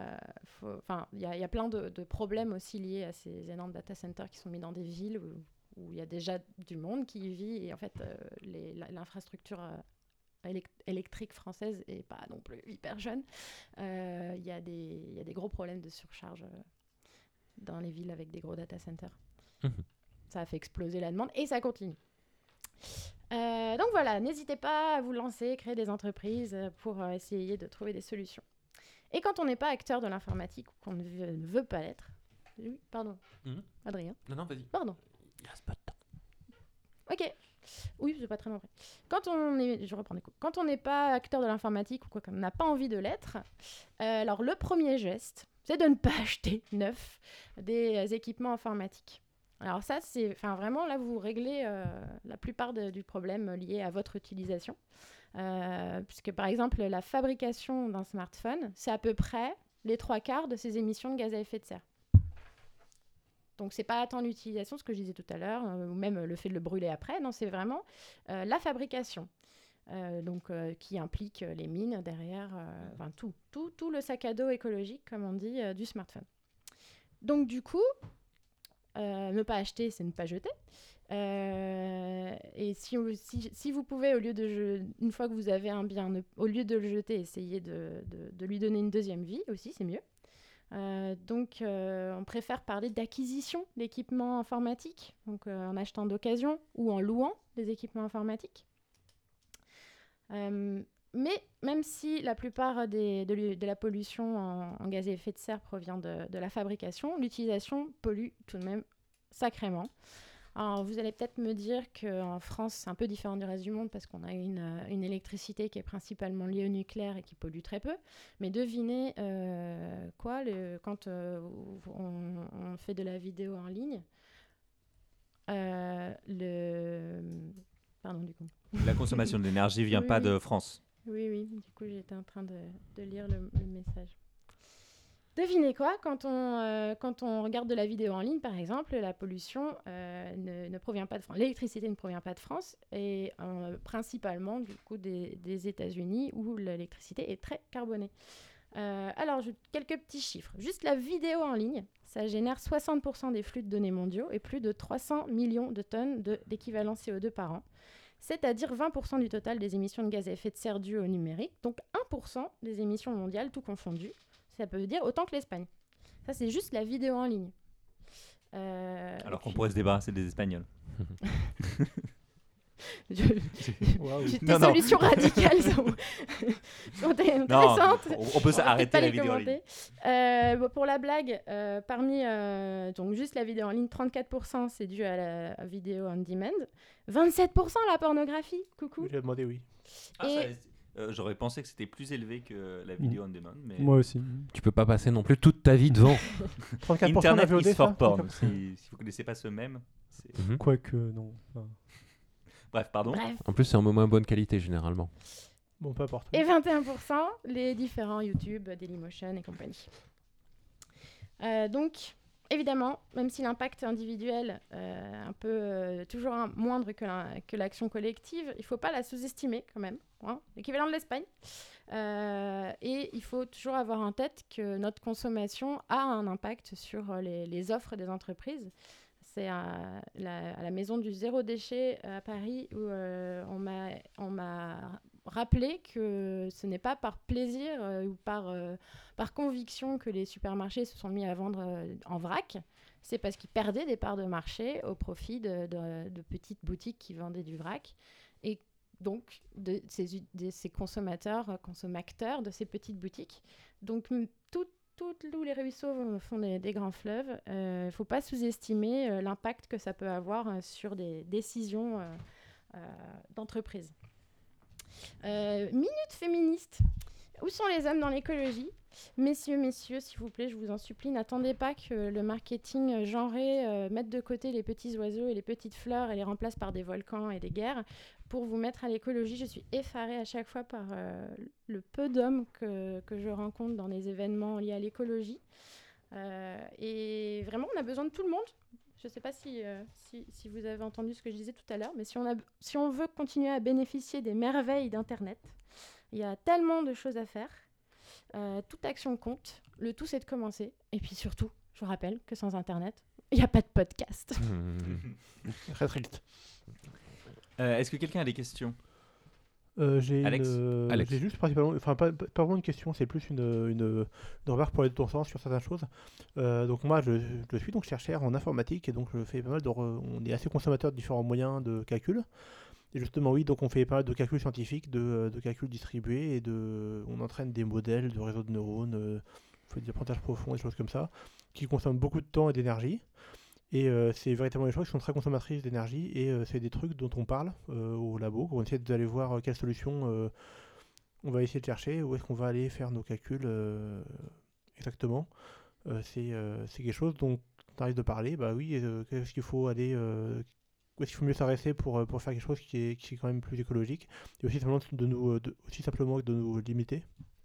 a plein de problèmes aussi liés à ces énormes data centers qui sont mis dans des villes où il y a déjà du monde qui y vit et en fait, l'infrastructure électrique française est pas non plus hyper jeune. Il y a des gros problèmes de surcharge dans les villes avec des gros data centers. Ça a fait exploser la demande et ça continue. Donc voilà, n'hésitez pas à vous lancer, créer des entreprises pour essayer de trouver des solutions. Et quand on n'est pas acteur de l'informatique ou qu'on ne veut pas l'être... Oui, pardon. Adrien. Non, vas-y. Pardon. Il reste pas de temps. Ok. Oui, c'est pas très long. Je reprends des coups. Quand on n'est pas acteur de l'informatique ou quoi, qu'on n'a pas envie de l'être, alors le premier geste, c'est de ne pas acheter neuf des équipements informatiques. Alors ça, vraiment, là, vous réglez la plupart du problème lié à votre utilisation. Puisque, par exemple, la fabrication d'un smartphone, c'est à peu près les 3/4 de ses émissions de gaz à effet de serre. Donc, c'est pas tant l'utilisation, ce que je disais tout à l'heure, ou même le fait de le brûler après. Non, c'est vraiment la fabrication. Qui implique les mines derrière, tout le sac à dos écologique, comme on dit, du smartphone. Donc, du coup... ne pas acheter, c'est ne pas jeter. Et si vous pouvez, une fois que vous avez un bien, au lieu de le jeter, essayez de lui donner une deuxième vie aussi, c'est mieux. On préfère parler d'acquisition d'équipements informatiques, donc en achetant d'occasion ou en louant des équipements informatiques. Mais même si la plupart de la pollution en gaz à effet de serre provient de la fabrication, l'utilisation pollue tout de même sacrément. Alors, vous allez peut-être me dire qu'en France, c'est un peu différent du reste du monde parce qu'on a une électricité qui est principalement liée au nucléaire et qui pollue très peu. Mais devinez quand on fait de la vidéo en ligne, pardon, du coup. La consommation d'énergie vient pas de France. Oui, du coup, j'étais en train de lire le message. Devinez quoi, quand on regarde de la vidéo en ligne, par exemple, la pollution ne provient pas de France. L'électricité ne provient pas de France, et principalement, du coup, des États-Unis, où l'électricité est très carbonée. Alors, quelques petits chiffres. Juste la vidéo en ligne, ça génère 60% des flux de données mondiaux et plus de 300 millions de tonnes d'équivalent CO2 par an. C'est-à-dire 20% du total des émissions de gaz à effet de serre dues au numérique, donc 1% des émissions mondiales, tout confondu. Ça peut dire autant que l'Espagne. Ça, c'est juste la vidéo en ligne. Alors qu'on pourrait se débarrasser des Espagnols. Tes solutions radicales sont intéressantes. On peut arrêter la vidéo en ligne. Pour la blague, parmi donc juste la vidéo en ligne, 34% c'est dû à la vidéo on demand, 27% à la pornographie. Coucou. J'ai demandé oui. J'aurais pensé que c'était plus élevé que la vidéo on demand. Mais... Moi aussi. Tu peux pas passer non plus toute ta vie devant. 34% Internet de la VOD, is for ça, porn. Si vous connaissez pas ce mème. Quoique, non. Bref, pardon. En plus, c'est en moins bonne qualité généralement. Bon, peu importe. Et 21%, les différents YouTube, Dailymotion et compagnie. Donc, évidemment, même si l'impact individuel est toujours moindre que l'action collective, il ne faut pas la sous-estimer quand même. L'équivalent de l'Espagne. Et il faut toujours avoir en tête que notre consommation a un impact sur les offres des entreprises. C'est à la maison du zéro déchet à Paris où on m'a rappelé que ce n'est pas par plaisir ou par conviction que les supermarchés se sont mis à vendre en vrac. C'est parce qu'ils perdaient des parts de marché au profit de petites boutiques qui vendaient du vrac. Et donc, de ces consommateurs de ces petites boutiques. Donc, tous les ruisseaux font des grands fleuves. Il ne faut pas sous-estimer l'impact que ça peut avoir sur des décisions d'entreprise. Minute féministe. Où sont les hommes dans l'écologie ? Messieurs, s'il vous plaît, je vous en supplie, n'attendez pas que le marketing genré mette de côté les petits oiseaux et les petites fleurs et les remplace par des volcans et des guerres. Pour vous mettre à l'écologie, je suis effarée à chaque fois par le peu d'hommes que je rencontre dans des événements liés à l'écologie. Et vraiment, on a besoin de tout le monde. Je ne sais pas si vous avez entendu ce que je disais tout à l'heure, mais si on veut continuer à bénéficier des merveilles d'Internet, Il y a tellement de choses à faire. Toute action compte. Le tout, c'est de commencer. Et puis surtout, je vous rappelle que sans Internet, il n'y a pas de podcast. Très triste. Est-ce que quelqu'un a des questions? J'ai Alex. j'ai juste principalement, enfin pas vraiment une question, c'est plus une remarque pour aller de ton sens sur certaines choses. Donc moi je suis donc chercheur en informatique et donc je fais pas mal on est assez consommateur de différents moyens de calcul. Et justement oui, donc on fait pas mal de calculs scientifiques, de calculs distribués et on entraîne des modèles de réseaux de neurones, on fait des apprentissages profonds, des choses comme ça, qui consomment beaucoup de temps et d'énergie. Et c'est véritablement des choses qui sont très consommatrices d'énergie et c'est des trucs dont on parle au labo. On essaie d'aller voir quelles solutions on va essayer de chercher, où est-ce qu'on va aller faire nos calculs exactement. C'est quelque chose dont on arrive de parler. Bah oui, qu'est-ce qu'il faut aller, où est-ce qu'il faut mieux s'arrêter pour faire quelque chose qui est quand même plus écologique. Et aussi simplement de nous limiter.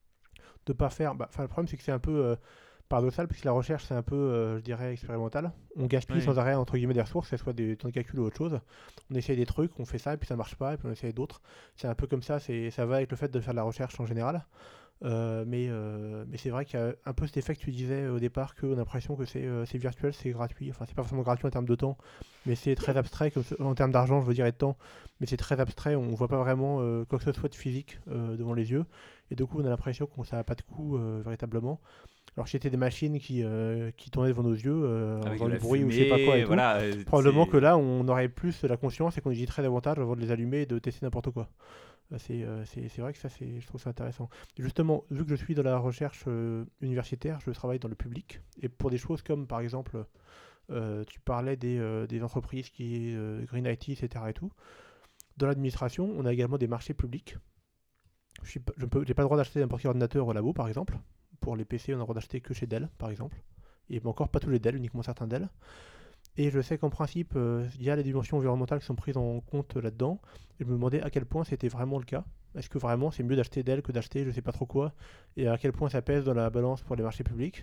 De pas faire. Le problème c'est que c'est un peu paradoxal, puisque la recherche c'est un peu, je dirais, expérimental. On gaspille sans arrêt entre guillemets des ressources, que ce soit des temps de calcul ou autre chose. On essaye des trucs, on fait ça et puis ça marche pas, et puis on essaye d'autres. C'est un peu comme ça, ça va avec le fait de faire de la recherche en général. Mais c'est vrai qu'il y a un peu cet effet que tu disais au départ, qu'on a l'impression que c'est virtuel, c'est gratuit. Enfin, c'est pas forcément gratuit en termes de temps, mais c'est très abstrait en termes d'argent, je veux dire, et de temps. Mais c'est très abstrait, on voit pas vraiment quoi que ce soit de physique devant les yeux. Et du coup, on a l'impression que ça n'a pas de coût véritablement. Alors que c'était des machines qui tournaient devant nos yeux, en faisant du bruit ou je sais pas quoi et tout. Probablement que là, on aurait plus la conscience et qu'on hésiterait davantage avant de les allumer et de tester n'importe quoi. C'est vrai que ça, je trouve ça intéressant. Et justement, vu que je suis dans la recherche universitaire, je travaille dans le public. Et pour des choses comme, par exemple, tu parlais des entreprises qui Green IT, etc. et tout. Dans l'administration, on a également des marchés publics. J'ai pas le droit d'acheter n'importe quel ordinateur au labo, par exemple. Pour les PC, on a le droit d'acheter que chez Dell, par exemple. Et encore pas tous les Dell, uniquement certains Dell. Et je sais qu'en principe, il y a les dimensions environnementales qui sont prises en compte là-dedans. Et je me demandais à quel point c'était vraiment le cas. Est-ce que vraiment c'est mieux d'acheter Dell que d'acheter je sais pas trop quoi? Et à quel point ça pèse dans la balance pour les marchés publics?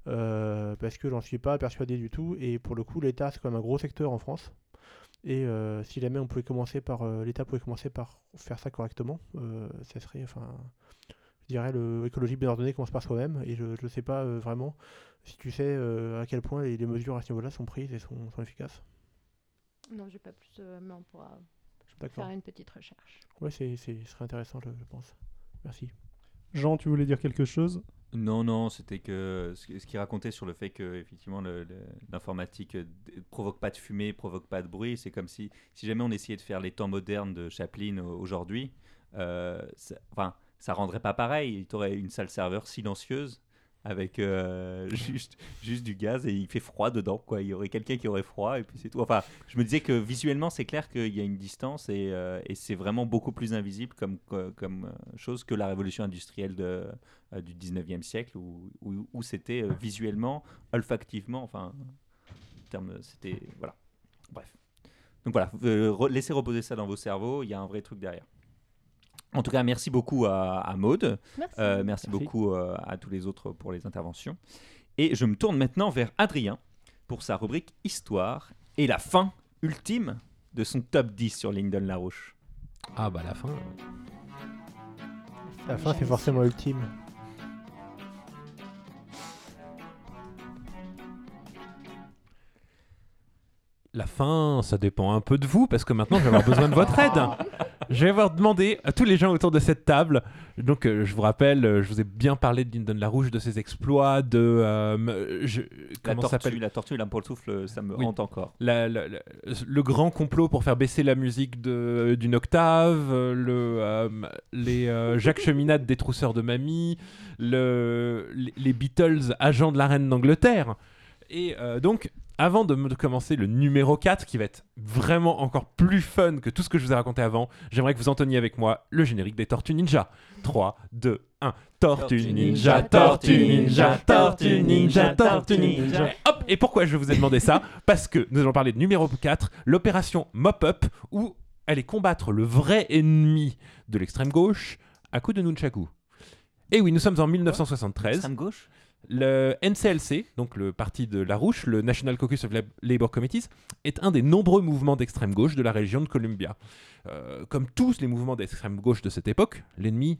Parce que j'en suis pas persuadé du tout. Et pour le coup, l'État, c'est quand même un gros secteur en France. Et si jamais l'État pouvait commencer par faire ça correctement, ça serait, je dirais, l'écologie bien ordonnée commence par soi-même. Et je ne sais pas vraiment si tu sais à quel point les mesures à ce niveau-là sont prises et sont efficaces. Non, j'ai pas plus, mais on pourra D'accord. faire une petite recherche. Ouais, ce serait intéressant, je pense. Merci. Jean, tu voulais dire quelque chose? Non, c'était que ce qu'il racontait sur le fait que effectivement l'informatique provoque pas de fumée, provoque pas de bruit. C'est comme si jamais on essayait de faire les temps modernes de Chaplin aujourd'hui, ça rendrait pas pareil. Tu aurais une salle serveur silencieuse avec juste du gaz et il fait froid dedans, quoi. Il y aurait quelqu'un qui aurait froid et puis c'est tout. Enfin, je me disais que visuellement c'est clair qu'il y a une distance et c'est vraiment beaucoup plus invisible comme chose que la révolution industrielle du 19e siècle où c'était visuellement, olfactivement, enfin, en termes, c'était, voilà. Bref. Donc voilà, laissez reposer ça dans vos cerveaux, il y a un vrai truc derrière. En tout cas, merci beaucoup à Maude. Merci beaucoup à tous les autres pour les interventions. Et je me tourne maintenant vers Adrien pour sa rubrique Histoire et la fin ultime de son top 10 sur Lyndon Larouche. Ah bah la fin. La fin, c'est forcément ultime. La fin, ça dépend un peu de vous, parce que maintenant, je vais avoir besoin de votre aide. Je vais avoir demandé à tous les gens autour de cette table. Donc, je vous rappelle, je vous ai bien parlé de Lyndon Larouche, de ses exploits, comment ça s'appelle ? La tortue, l'âme pour le souffle, ça me hante encore. Le grand complot pour faire baisser la musique d'une octave, les Jacques Cheminade des trousseurs de mamie, les Beatles agents de la reine d'Angleterre. Et donc, avant de commencer le numéro 4, qui va être vraiment encore plus fun que tout ce que je vous ai raconté avant, j'aimerais que vous entonniez avec moi le générique des Tortues Ninja. 3, 2, 1. Tortues Ninja, Tortues Ninja, Tortues Ninja, Tortues Ninja. Et hop! Et pourquoi je vous ai demandé ça? Parce que nous allons parler de numéro 4, l'opération Mop-Up, où allait combattre le vrai ennemi de l'extrême gauche à coup de nunchaku. Et oui, nous sommes en 1973. Extrême gauche? Le NCLC, donc le parti de Larouche, le National Caucus of Labour Committees, est un des nombreux mouvements d'extrême gauche de la région de Columbia. Comme tous les mouvements d'extrême gauche de cette époque, l'ennemi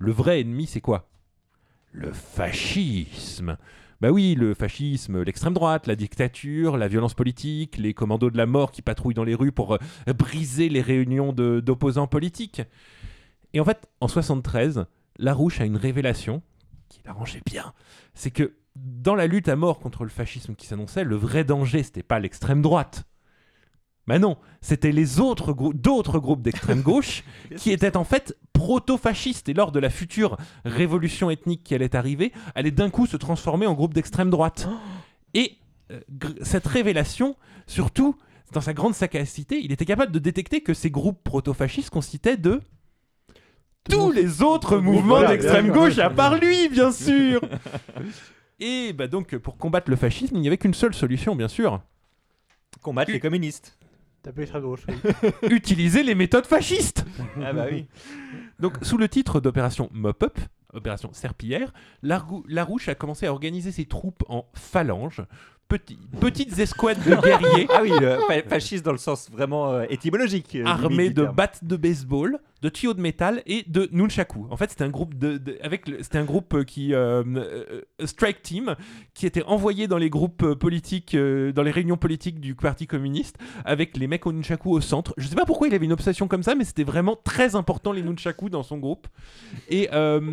le vrai ennemi, c'est quoi ? Le fascisme. Bah oui, le fascisme, l'extrême droite, la dictature, la violence politique, les commandos de la mort qui patrouillent dans les rues pour briser les réunions d'opposants politiques. Et en fait, en 73, Larouche a une révélation qui l'arrangeait bien. C'est que dans la lutte à mort contre le fascisme qui s'annonçait, le vrai danger, c'était pas l'extrême droite. Ben non, c'était les autres d'autres groupes d'extrême gauche qui étaient en fait proto-fascistes. Et lors de la future révolution ethnique qui allait arriver, allait d'un coup se transformer en groupe d'extrême droite. Et cette révélation, surtout, dans sa grande sagacité, il était capable de détecter que ces groupes proto-fascistes consistaient de tous les autres mouvements d'extrême gauche, à part lui, bien sûr. Et bah donc, pour combattre le fascisme, il n'y avait qu'une seule solution, bien sûr. Combattre les communistes. Taper l'extrême gauche. Oui. Utiliser les méthodes fascistes. Ah bah oui. Donc, sous le titre d'opération Mop-Up, opération Serpillière, Larouche a commencé à organiser ses troupes en phalanges, petites escouades de guerriers Ah oui, fasciste dans le sens vraiment étymologique. armés limite du de terme. battes de baseball, de tuyaux de métal et de nunchaku. En fait, c'était un groupe c'était un groupe qui strike team qui était envoyé dans les groupes politiques, dans les réunions politiques du Parti communiste, avec les mecs au nunchaku au centre. Je sais pas pourquoi il avait une obsession comme ça, mais c'était vraiment très important les nunchaku dans son groupe. Et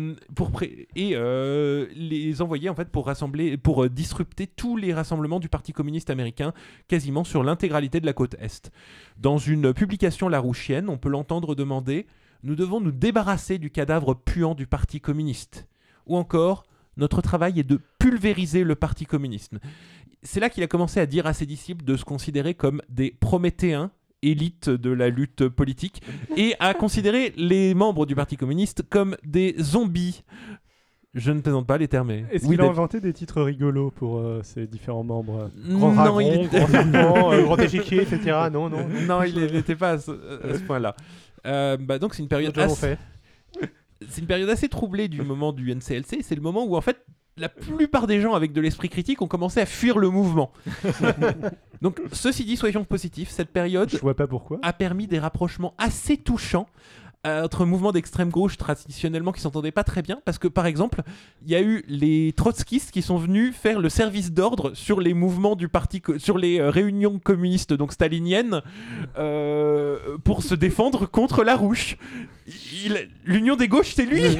les envoyer en fait pour rassembler, pour disrupter tous les rassemblements du Parti communiste américain, quasiment sur l'intégralité de la côte Est. Dans une publication larouchienne, on peut l'entendre demander « Nous devons nous débarrasser du cadavre puant du Parti communiste » ou encore « Notre travail est de pulvériser le Parti communiste ». C'est là qu'il a commencé à dire à ses disciples de se considérer comme des prométhéens, élite de la lutte politique, et à considérer les membres du Parti communiste comme des zombies. Je ne plaisante pas, les termes. Est-ce qu'il a inventé des titres rigolos pour ses différents membres Grand Non, dragon, il grand serpent, grand échiquier, etc. Non. non, il n'était pas à ce point-là. Donc c'est une période D'autres gens l'ont fait. c'est une période assez troublée du moment du NCLC. C'est le moment où en fait la plupart des gens avec de l'esprit critique ont commencé à fuir le mouvement. Donc ceci dit, soyons positifs, cette période Je vois pas pourquoi. a permis des rapprochements assez touchants entre mouvements d'extrême gauche traditionnellement qui s'entendaient pas très bien, parce que par exemple il y a eu les trotskistes qui sont venus faire le service d'ordre sur les mouvements du parti, sur les réunions communistes donc staliniennes, pour se défendre contre Larouche. L'union des gauches, c'est lui.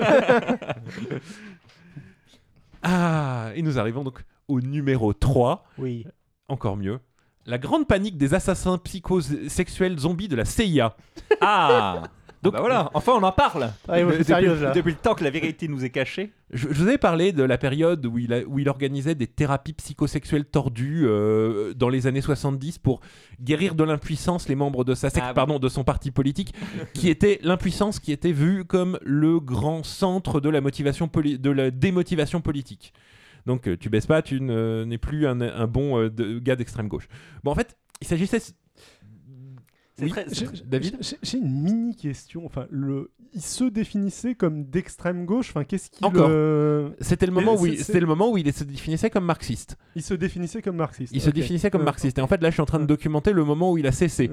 Et nous arrivons donc au numéro 3, Oui. encore mieux. La grande panique des assassins psychosexuels zombies de la CIA. Ah Donc, bah voilà, enfin on en parle. Ah, c'est sérieuse là. Depuis le temps que la vérité nous est cachée. Je vous avais parlé de la période où il organisait des thérapies psychosexuelles tordues dans les années 70 pour guérir de l'impuissance les membres de sa secte, de son parti politique, qui était l'impuissance qui était vue comme le grand centre de la motivation de la démotivation politique. Donc tu baisses pas, tu n'es plus un bon gars d'extrême gauche. Bon, en fait, il s'agissait... Oui, David ? J'ai une mini question. Enfin, il se définissait comme d'extrême gauche. Enfin, qu'est-ce qu'il Encore. C'était le moment où il se définissait comme marxiste. Il se définissait comme marxiste. Il se définissait comme marxiste. Et en fait, là, je suis en train de documenter le moment où il a cessé.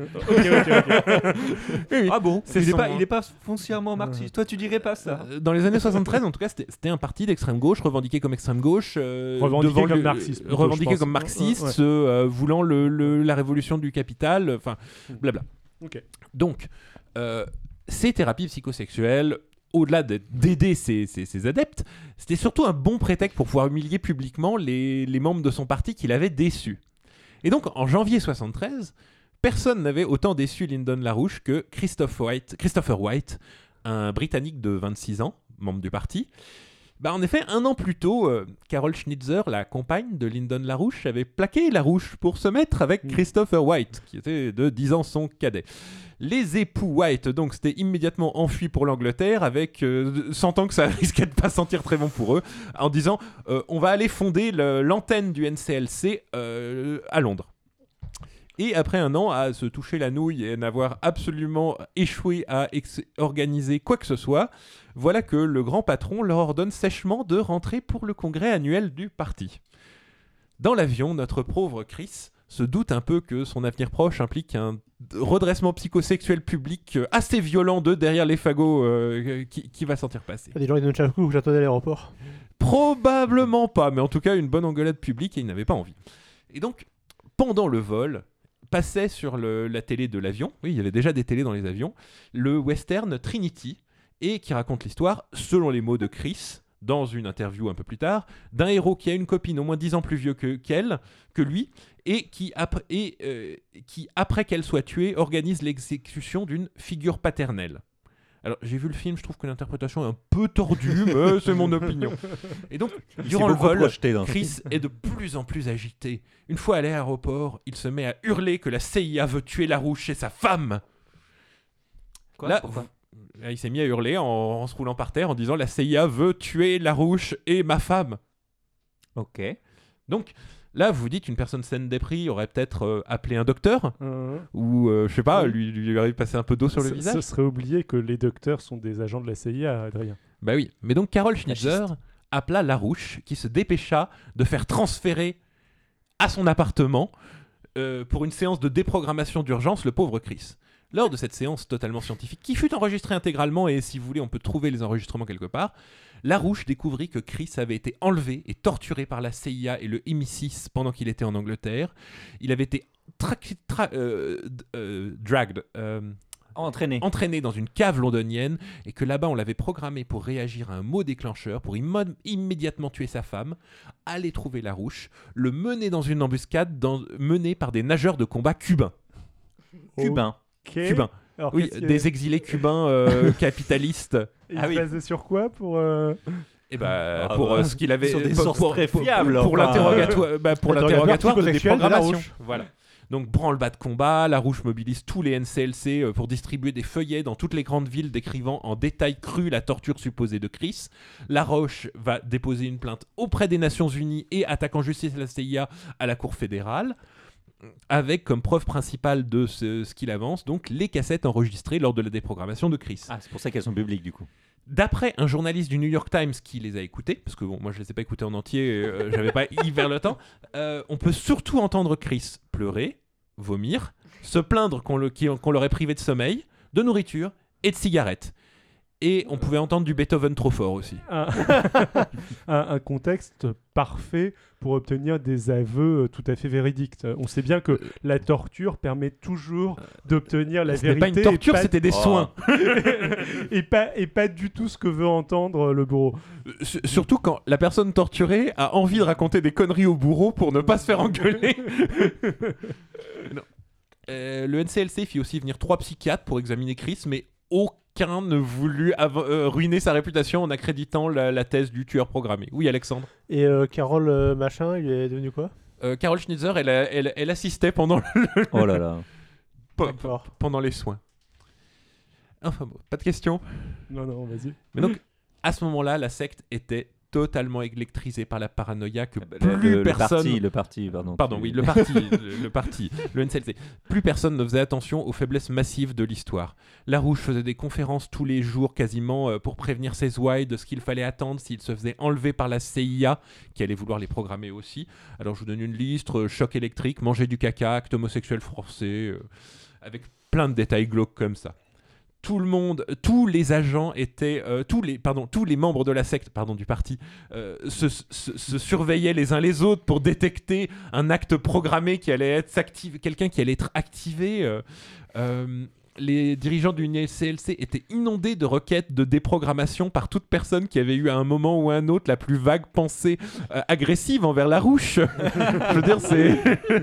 Ah bon, C'est il est pas foncièrement marxiste. Toi, tu dirais pas ça. Dans les années 73, en tout cas, c'était un parti d'extrême gauche, revendiqué comme extrême gauche, revendiqué comme marxiste. Plutôt, revendiqué comme marxiste, voulant la révolution du capital, enfin, blabla. Ok. Donc, ces thérapies psychosexuelles, au-delà d'aider ses adeptes, c'était surtout un bon prétexte pour pouvoir humilier publiquement les membres de son parti qu'il avait déçus. Et donc, en janvier 73, personne n'avait autant déçu Lyndon LaRouche que Christopher White, un Britannique de 26 ans, membre du parti. En effet, un an plus tôt, Carol Schnitzer, la compagne de Lyndon LaRouche, avait plaqué LaRouche pour se mettre avec Christopher White, qui était de 10 ans son cadet. Les époux White, donc, s'étaient immédiatement enfuis pour l'Angleterre, sentant que ça risquait de pas sentir très bon pour eux, en disant on va aller fonder l'antenne du NCLC à Londres. Et après un an à se toucher la nouille et n'avoir absolument échoué à organiser quoi que ce soit, voilà que le grand patron leur ordonne sèchement de rentrer pour le congrès annuel du parti. Dans l'avion, notre pauvre Chris se doute un peu que son avenir proche implique un redressement psychosexuel public assez violent de derrière les fagots qui va sentir passer. Il y a des gens qui donnent chaque coup que j'attendais à l'aéroport. Probablement pas, mais en tout cas une bonne engueulade publique et il n'avait pas envie. Et donc, pendant le vol, passait sur la télé de l'avion, oui, il y avait déjà des télés dans les avions, le western Trinity, et qui raconte l'histoire, selon les mots de Chris, dans une interview un peu plus tard, d'un héros qui a une copine au moins 10 ans plus vieux que lui, et qui, après qu'elle soit tuée, organise l'exécution d'une figure paternelle. Alors, j'ai vu le film, je trouve que l'interprétation est un peu tordue, mais c'est mon opinion. Et donc, durant le vol, Chris est de plus en plus agité. Une fois à l'aéroport, il se met à hurler que la CIA veut tuer Larouche et sa femme. Quoi ? Là, Pourquoi ? il s'est mis à hurler en se roulant par terre en disant « La CIA veut tuer Larouche et ma femme ». Ok. Donc, là, vous vous dites qu'une personne saine d'esprit aurait peut-être appelé un docteur ou, je sais pas, lui aurait passé un peu d'eau sur le visage. Ce serait oublié que les docteurs sont des agents de la CIA, Adrien. Bah oui, mais donc Carole Schnitzer appela Larouche qui se dépêcha de faire transférer à son appartement pour une séance de déprogrammation d'urgence le pauvre Chris. Lors de cette séance totalement scientifique, qui fut enregistrée intégralement, et si vous voulez on peut trouver les enregistrements quelque part, Larouche découvrit que Chris avait été enlevé et torturé par la CIA et le MI6 pendant qu'il était en Angleterre. Il avait été entraîné dans une cave londonienne et que là-bas on l'avait programmé pour réagir à un mot déclencheur, pour immédiatement tuer sa femme, aller trouver Larouche, le mener dans une embuscade menée par des nageurs de combat cubains. Cubains. Okay. Cubains. Alors, oui, des exilés cubains capitalistes. Il se basait sur quoi pour Et pour ce qu'il avait sur des sources très fiables, pour l'interrogatoire, pour l'interrogatoire de psychosexuel de déprogrammation. Larouche. Voilà. Donc branle-bas de combat, Larouche mobilise tous les NCLC pour distribuer des feuillets dans toutes les grandes villes décrivant en détail cru la torture supposée de Chris. Larouche va déposer une plainte auprès des Nations Unies et attaque en justice la CIA à la Cour fédérale, avec comme preuve principale de ce qu'il avance, donc les cassettes enregistrées lors de la déprogrammation de Chris. Ah, c'est pour ça qu'elles sont publiques du coup. D'après un journaliste du New York Times qui les a écoutées, parce que bon, moi je les ai pas écoutées en entier, j'avais pas vers le temps, on peut surtout entendre Chris pleurer, vomir, se plaindre qu'on l'aurait privé de sommeil, de nourriture et de cigarettes. Et on pouvait entendre du Beethoven trop fort aussi. Un contexte parfait pour obtenir des aveux tout à fait véridiques. On sait bien que la torture permet toujours d'obtenir la vérité. C'était pas une torture, c'était des soins. et pas du tout ce que veut entendre le bourreau. Surtout quand la personne torturée a envie de raconter des conneries au bourreau pour ne pas se faire engueuler. Non. Le NCLC fit aussi venir 3 psychiatres pour examiner Chris, mais aucun ne voulut ruiner sa réputation en accréditant la thèse du tueur programmé. Oui, Alexandre. Et Carole machin, il est devenu quoi? Carole Schnitzer, elle assistait pendant Oh là là. pendant les soins. Enfin bon, pas de questions. Non, vas-y. Mais donc, à ce moment-là, la secte était totalement électrisée par la paranoïa que Le personne... parti, pardon. Pardon, oui, le parti, le NCLC. Plus personne ne faisait attention aux faiblesses massives de l'histoire. Larouche faisait des conférences tous les jours quasiment pour prévenir ses ouailles de ce qu'il fallait attendre s'il se faisait enlever par la CIA, qui allait vouloir les programmer aussi. Alors je vous donne une liste, choc électrique, manger du caca, acte homosexuel forcé, avec plein de détails glauques comme ça. Tout le monde, tous les agents étaient, tous les membres de la secte, du parti, se surveillaient les uns les autres pour détecter un acte programmé qui allait être activé, quelqu'un qui allait être activé. Les dirigeants du NCLC étaient inondés de requêtes de déprogrammation par toute personne qui avait eu à un moment ou à un autre la plus vague pensée agressive envers Larouche. Je veux dire, c'est...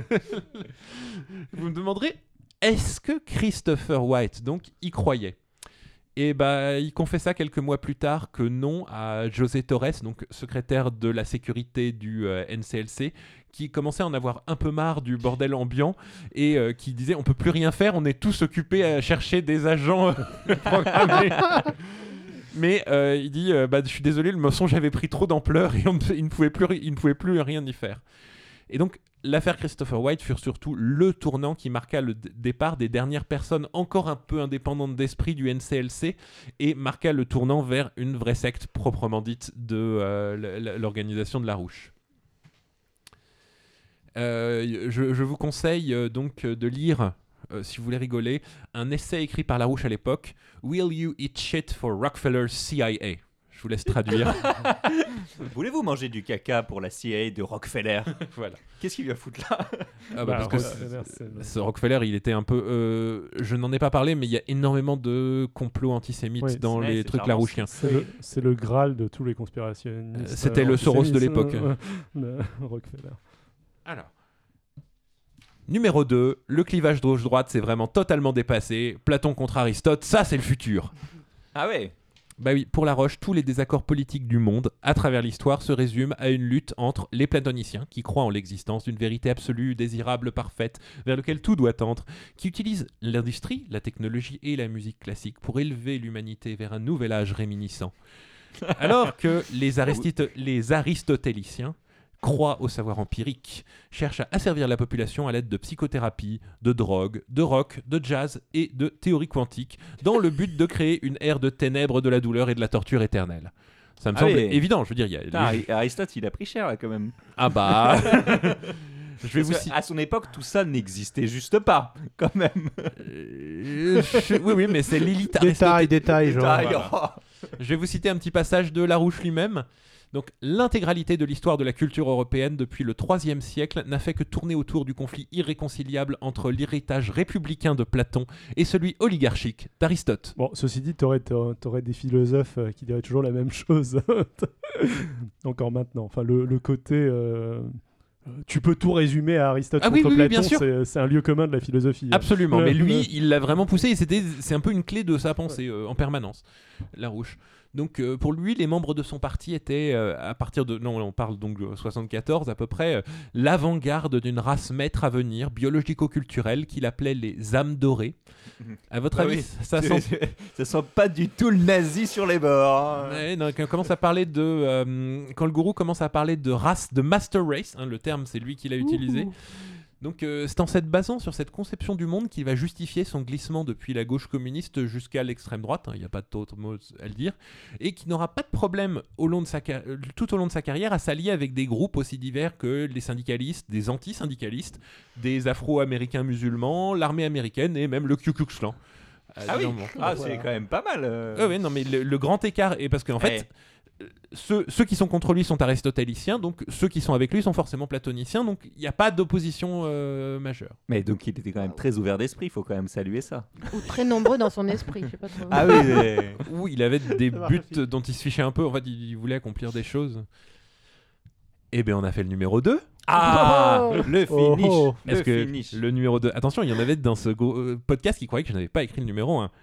Vous me demanderez... Est-ce que Christopher White, donc, y croyait ? Et il confessa quelques mois plus tard que non à José Torres, donc secrétaire de la sécurité du NCLC, qui commençait à en avoir un peu marre du bordel ambiant et qui disait on peut plus rien faire, on est tous occupés à chercher des agents programmés. Mais il dit je suis désolé, le mensonge avait pris trop d'ampleur et il ne pouvait plus rien y faire. Et donc, l'affaire Christopher White fut surtout le tournant qui marqua le départ des dernières personnes encore un peu indépendantes d'esprit du NCLC et marqua le tournant vers une vraie secte proprement dite de l'organisation de Larouche. Je vous conseille donc de lire si vous voulez rigoler, un essai écrit par Larouche à l'époque, Will you eat shit for Rockefeller's CIA? Je vous laisse traduire. Voulez-vous manger du caca pour la CIA de Rockefeller? Voilà. Qu'est-ce qu'il vient foutre là? Parce que Rockefeller, ce Rockefeller, il était un peu... je n'en ai pas parlé, mais il y a énormément de complots antisémites Oui, dans c'est- les c'est trucs charmant, larouchiens. C'est le Graal de tous les conspirationnistes. C'était le Soros de antisémites, l'époque. Rockefeller. Alors. Numéro 2, le clivage gauche-droite, c'est vraiment totalement dépassé. Platon contre Aristote, ça c'est le futur. Ah ouais. Bah oui, pour Laroche, tous les désaccords politiques du monde, à travers l'histoire, se résument à une lutte entre les platoniciens, qui croient en l'existence d'une vérité absolue, désirable, parfaite, vers laquelle tout doit tendre, qui utilisent l'industrie, la technologie et la musique classique pour élever l'humanité vers un nouvel âge réminiscent. Alors que les aristotéliciens croient au savoir empirique, cherchent à asservir la population à l'aide de psychothérapie, de drogue, de rock, de jazz et de théorie quantique, dans le but de créer une ère de ténèbres, de la douleur et de la torture éternelle. Ça me Ah semble oui. évident, je veux dire, il y a... Aristote, il a pris cher là quand même. Ah bah... Je vais Parce vous que, à son époque, tout ça n'existait juste pas, quand même. Oui, mais c'est l'élite Détail, genre. Détail, voilà. oh. Je vais vous citer un petit passage de Larouche lui-même. Donc, l'intégralité de l'histoire de la culture européenne depuis le IIIe siècle n'a fait que tourner autour du conflit irréconciliable entre l'héritage républicain de Platon et celui oligarchique d'Aristote. Bon, ceci dit, t'aurais des philosophes qui diraient toujours la même chose. Encore maintenant. Enfin, le côté... tu peux tout résumer à Aristote Ah contre oui, oui, Platon, bien sûr. c'est un lieu commun de la philosophie. Absolument, Ouais. mais lui, il l'a vraiment poussé et c'est un peu une clé de sa pensée en permanence, Larouche. Donc pour lui, les membres de son parti étaient, à partir de... Non, on parle donc de 74 à peu près, l'avant-garde d'une race maître à venir, biologico-culturelle, qu'il appelait les âmes dorées. À votre Ah avis, oui. ça sent... Ça sent pas du tout le nazi sur les bords. hein. Ouais, non, quand on commence à parler de... quand le gourou commence à parler de race, de master race, hein, le terme c'est lui qui l'a utilisé. Donc c'est en se basant sur cette conception du monde qu'il va justifier son glissement depuis la gauche communiste jusqu'à l'extrême droite, il n'y a pas d'autre mot à le dire, et qui n'aura pas de problème tout au long de sa carrière à s'allier avec des groupes aussi divers que les syndicalistes, des anti-syndicalistes, des afro-américains musulmans, l'armée américaine et même le Ku Klux Klan. Ah oui. Évidemment. Ah, c'est quand même pas mal. Ouais, non, mais le grand écart est parce qu'en fait, ceux qui sont contre lui sont aristotéliciens, donc ceux qui sont avec lui sont forcément platoniciens, donc il n'y a pas d'opposition majeure. Mais donc il était quand même très ouvert d'esprit, il faut quand même saluer ça. Ou très nombreux dans son esprit, je sais pas trop. Ah oui, mais... Où il avait des Ça marche buts aussi. dont il se fichait un peu, en fait il voulait accomplir des choses. Eh bien on a fait le numéro 2. Ah, Oh. le Oh, finish. oh. Le Est-ce que finish. le numéro 2... Attention, il y en avait dans ce podcast qui croyait que je n'avais pas écrit le numéro 1.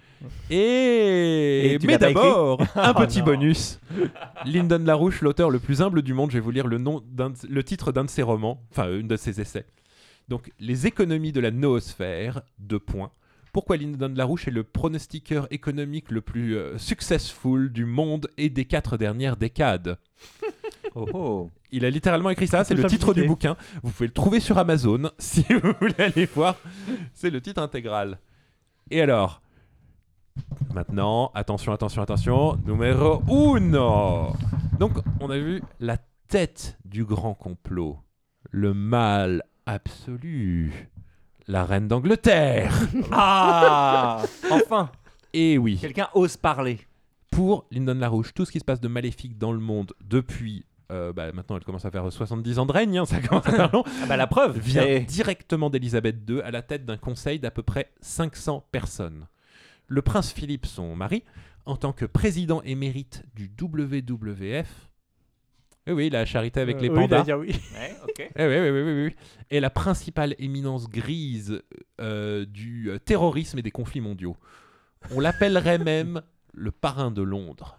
Et tu mais l'as pas écrit d'abord, un Oh petit non. bonus. Lyndon LaRouche, l'auteur le plus humble du monde, je vais vous lire le titre d'un de ses romans, enfin une de ses essais. Donc, Les économies de la noosphère, 2 points. Pourquoi Lyndon LaRouche est le pronostiqueur économique le plus successful du monde et des 4 dernières décades. Oh, oh. Il a littéralement écrit ça, c'est Tout le titre du simplifié. bouquin. Vous pouvez le trouver sur Amazon si vous voulez aller voir. C'est le titre intégral. Et alors, maintenant, attention, numéro 1. Donc, on a vu la tête du grand complot, le mal absolu, la reine d'Angleterre. Ah, enfin, Et oui, quelqu'un ose parler. pour Lyndon LaRouche, tout ce qui se passe de maléfique dans le monde depuis... maintenant, elle commence à faire 70 ans de règne, hein, ça commence à faire long. Ah bah la preuve, Vient c'est- directement d'Élisabeth II à la tête d'un conseil d'à peu près 500 personnes. Le prince Philippe, son mari, en tant que président émérite du WWF, oui, la charité avec les Oui, pandas, dire oui. Ouais, ok. oui, est la principale éminence grise du terrorisme et des conflits mondiaux. On l'appellerait même le parrain de Londres.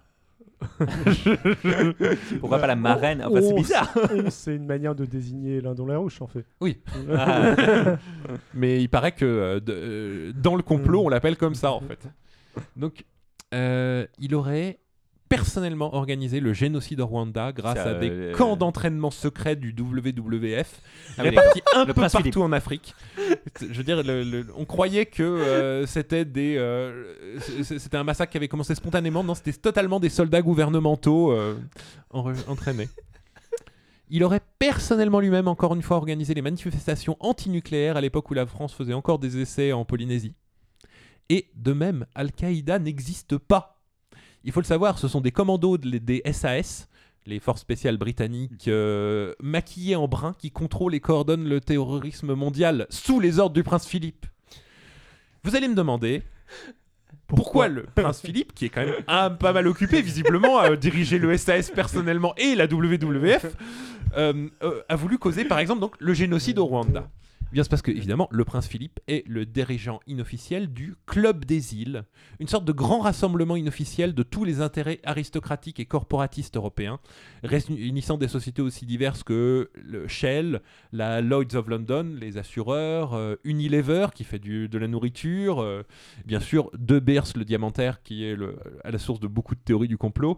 Pourquoi pas la marraine? Enfin, c'est Oh, bizarre. C'est une manière de désigner l'un dans la rouge, en fait. Oui. Ah. Mais il paraît que dans le complot, on l'appelle comme ça, en fait. Donc, il aurait personnellement organisé le génocide au Rwanda grâce Ça, à des camps d'entraînement secrets du WWF Ah, mais répartis un le peu prince partout Philippe. en Afrique. Je veux dire, on croyait que c'était c'était un massacre qui avait commencé spontanément. Non, c'était totalement des soldats gouvernementaux entraînés. Il aurait personnellement lui-même, encore une fois, organisé les manifestations antinucléaires à l'époque où la France faisait encore des essais en Polynésie. Et de même, Al-Qaïda n'existe pas. Il faut le savoir, ce sont des commandos des SAS, les forces spéciales britanniques, maquillées en brun, qui contrôlent et coordonnent le terrorisme mondial sous les ordres du prince Philippe. Vous allez me demander pourquoi le prince Philippe, qui est quand même pas mal occupé visiblement à diriger le SAS personnellement et la WWF, a voulu causer par exemple donc, le génocide au Rwanda. Eh bien, c'est parce que, évidemment, le prince Philippe est le dirigeant inofficiel du Club des îles, une sorte de grand rassemblement inofficiel de tous les intérêts aristocratiques et corporatistes européens, réunissant des sociétés aussi diverses que le Shell, la Lloyd's of London, les assureurs, Unilever qui fait de la nourriture, bien sûr De Beers, le diamantaire, qui est à la source de beaucoup de théories du complot.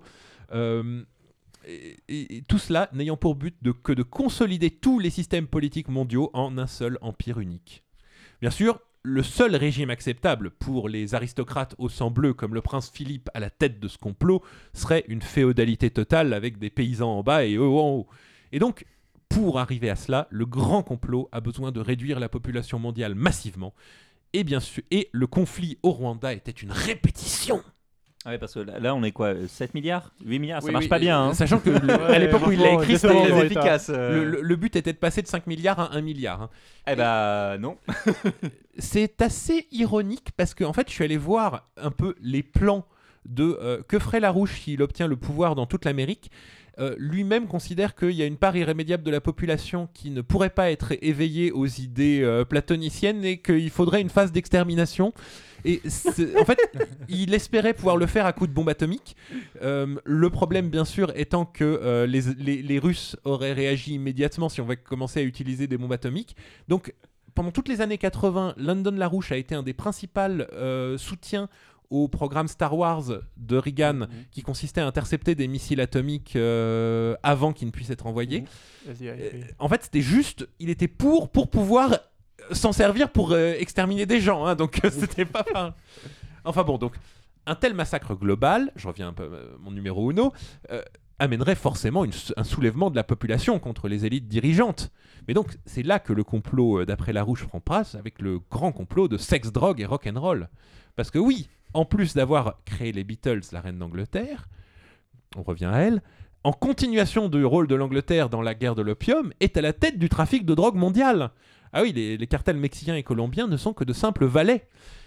Et tout cela n'ayant pour but que de consolider tous les systèmes politiques mondiaux en un seul empire unique. Bien sûr, le seul régime acceptable pour les aristocrates au sang bleu comme le prince Philippe à la tête de ce complot serait une féodalité totale avec des paysans en bas et eux en haut. Et donc, pour arriver à cela, le grand complot a besoin de réduire la population mondiale massivement. Et bien sûr, le conflit au Rwanda était une répétition. Ah ouais, parce que là, on est quoi 7 milliards 8 milliards Ça Oui, marche oui, pas bien. Hein. Sachant que à l'époque où il l'a écrit, c'était très efficace. le but était de passer de 5 milliards à 1 milliard. Hein. Eh bah non. C'est assez ironique parce que en fait, je suis allé voir un peu les plans de que ferait Larouche s'il obtient le pouvoir dans toute l'Amérique. Lui-même considère qu'il y a une part irrémédiable de la population qui ne pourrait pas être éveillée aux idées platoniciennes et qu'il faudrait une phase d'extermination. Et en fait, il espérait pouvoir le faire à coup de bombe atomique. Le problème, bien sûr, étant que les Russes auraient réagi immédiatement si on va commencer à utiliser des bombes atomiques. Donc, pendant toutes les années 80, Lyndon LaRouche a été un des principaux soutiens au programme Star Wars de Reagan, qui consistait à intercepter des missiles atomiques avant qu'ils ne puissent être envoyés. En fait, c'était juste, il était pour pouvoir s'en servir pour exterminer des gens, hein, donc c'était pas... Enfin bon, donc, un tel massacre global, je reviens un peu à mon numéro uno, amènerait forcément un soulèvement de la population contre les élites dirigeantes. Mais donc, c'est là que le complot d'après Larouche prend place, avec le grand complot de sexe, drogue et rock'n'roll. Parce que oui, en plus d'avoir créé les Beatles, la reine d'Angleterre, on revient à elle, en continuation du rôle de l'Angleterre dans la guerre de l'opium, est à la tête du trafic de drogue mondial. Ah oui, les cartels mexicains et colombiens ne sont que de simples valets.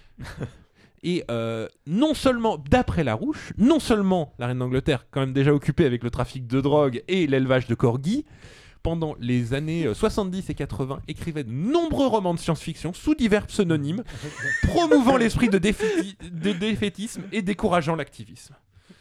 Et non seulement, d'après Larouche, non seulement la reine d'Angleterre, quand même déjà occupée avec le trafic de drogue et l'élevage de corgis, pendant les années 70 et 80, écrivait de nombreux romans de science-fiction sous divers pseudonymes, promouvant l'esprit de défaitisme et décourageant l'activisme.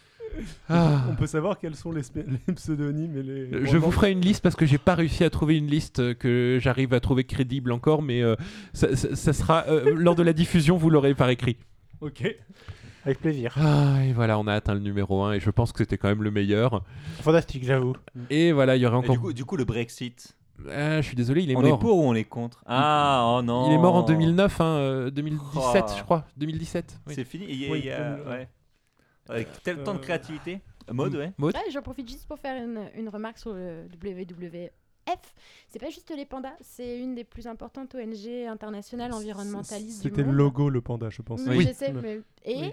On peut savoir quels sont les pseudonymes et les... Je vous ferai une liste parce que j'ai pas réussi à trouver une liste que j'arrive à trouver crédible encore, mais ça sera lors de la diffusion, vous l'aurez par écrit. Ok. Avec plaisir. Et voilà, on a atteint le numéro 1 et je pense que c'était quand même le meilleur. Fantastique, j'avoue. Et voilà, il y aurait encore... Du coup, le Brexit... je suis désolé, il est on mort. est pour ou on est contre? Ah, oh non. Il est mort en 2009, 2017 je crois. 2017. Oui. C'est fini. Ouais. Avec tel temps de créativité. Maud, ouais. Maud ? Ouais, j'en profite juste pour faire une remarque sur le WWF. C'est pas juste les pandas, c'est une des plus importantes ONG internationales environnementalistes du monde. C'était le logo, le panda, je pense. Oui, Oui. je sais, mais... Et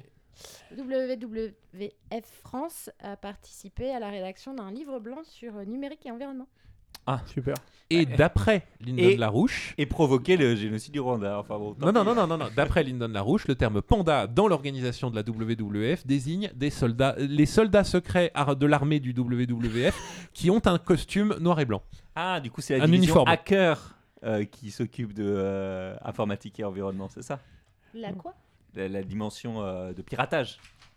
WWF France a participé à la rédaction d'un livre blanc sur numérique et environnement. Super. Et d'après Lyndon LaRouche... Et provoquer le génocide du Rwanda. Enfin bon. Non. D'après Lyndon LaRouche, le terme panda dans l'organisation de la WWF désigne les soldats secrets de l'armée du WWF qui ont un costume noir et blanc. Ah, du coup, c'est la Un division uniforme. hacker qui s'occupe de informatique et environnement, c'est ça? La quoi? La dimension de piratage.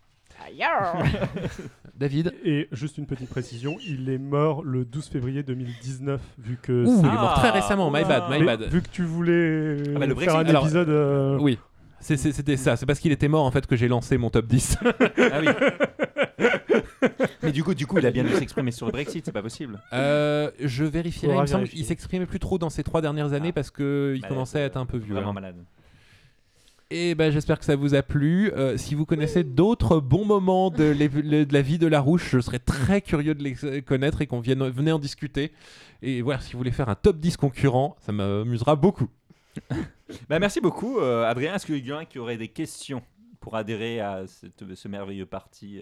David? Et juste une petite précision, il est mort le 12 février 2019, vu que... Ouh, il est Ah. mort très récemment, my bad. Mais vu que tu voulais Ah bah, le faire Brexit. un épisode... Oui, c'était ça. C'est parce qu'il était mort en fait que j'ai lancé mon top 10. Ah oui. Mais du coup, il a bien dû s'exprimer sur le Brexit, c'est pas possible. Je vérifierai. Il Faudra me semble vérifier. qu'il s'exprimait plus trop dans ces 3 dernières années parce qu'il commençait à être un peu vieux. Vraiment hein. malade. Et ben, j'espère que ça vous a plu. Si vous connaissez d'autres bons moments de la vie de Larouche, je serais très curieux de les connaître et qu'on venait en discuter. Et voir si vous voulez faire un top 10 concurrent, ça m'amusera beaucoup. Merci beaucoup, Adrien. Est-ce qu'il y en a qui auraient des questions pour adhérer à ce merveilleux parti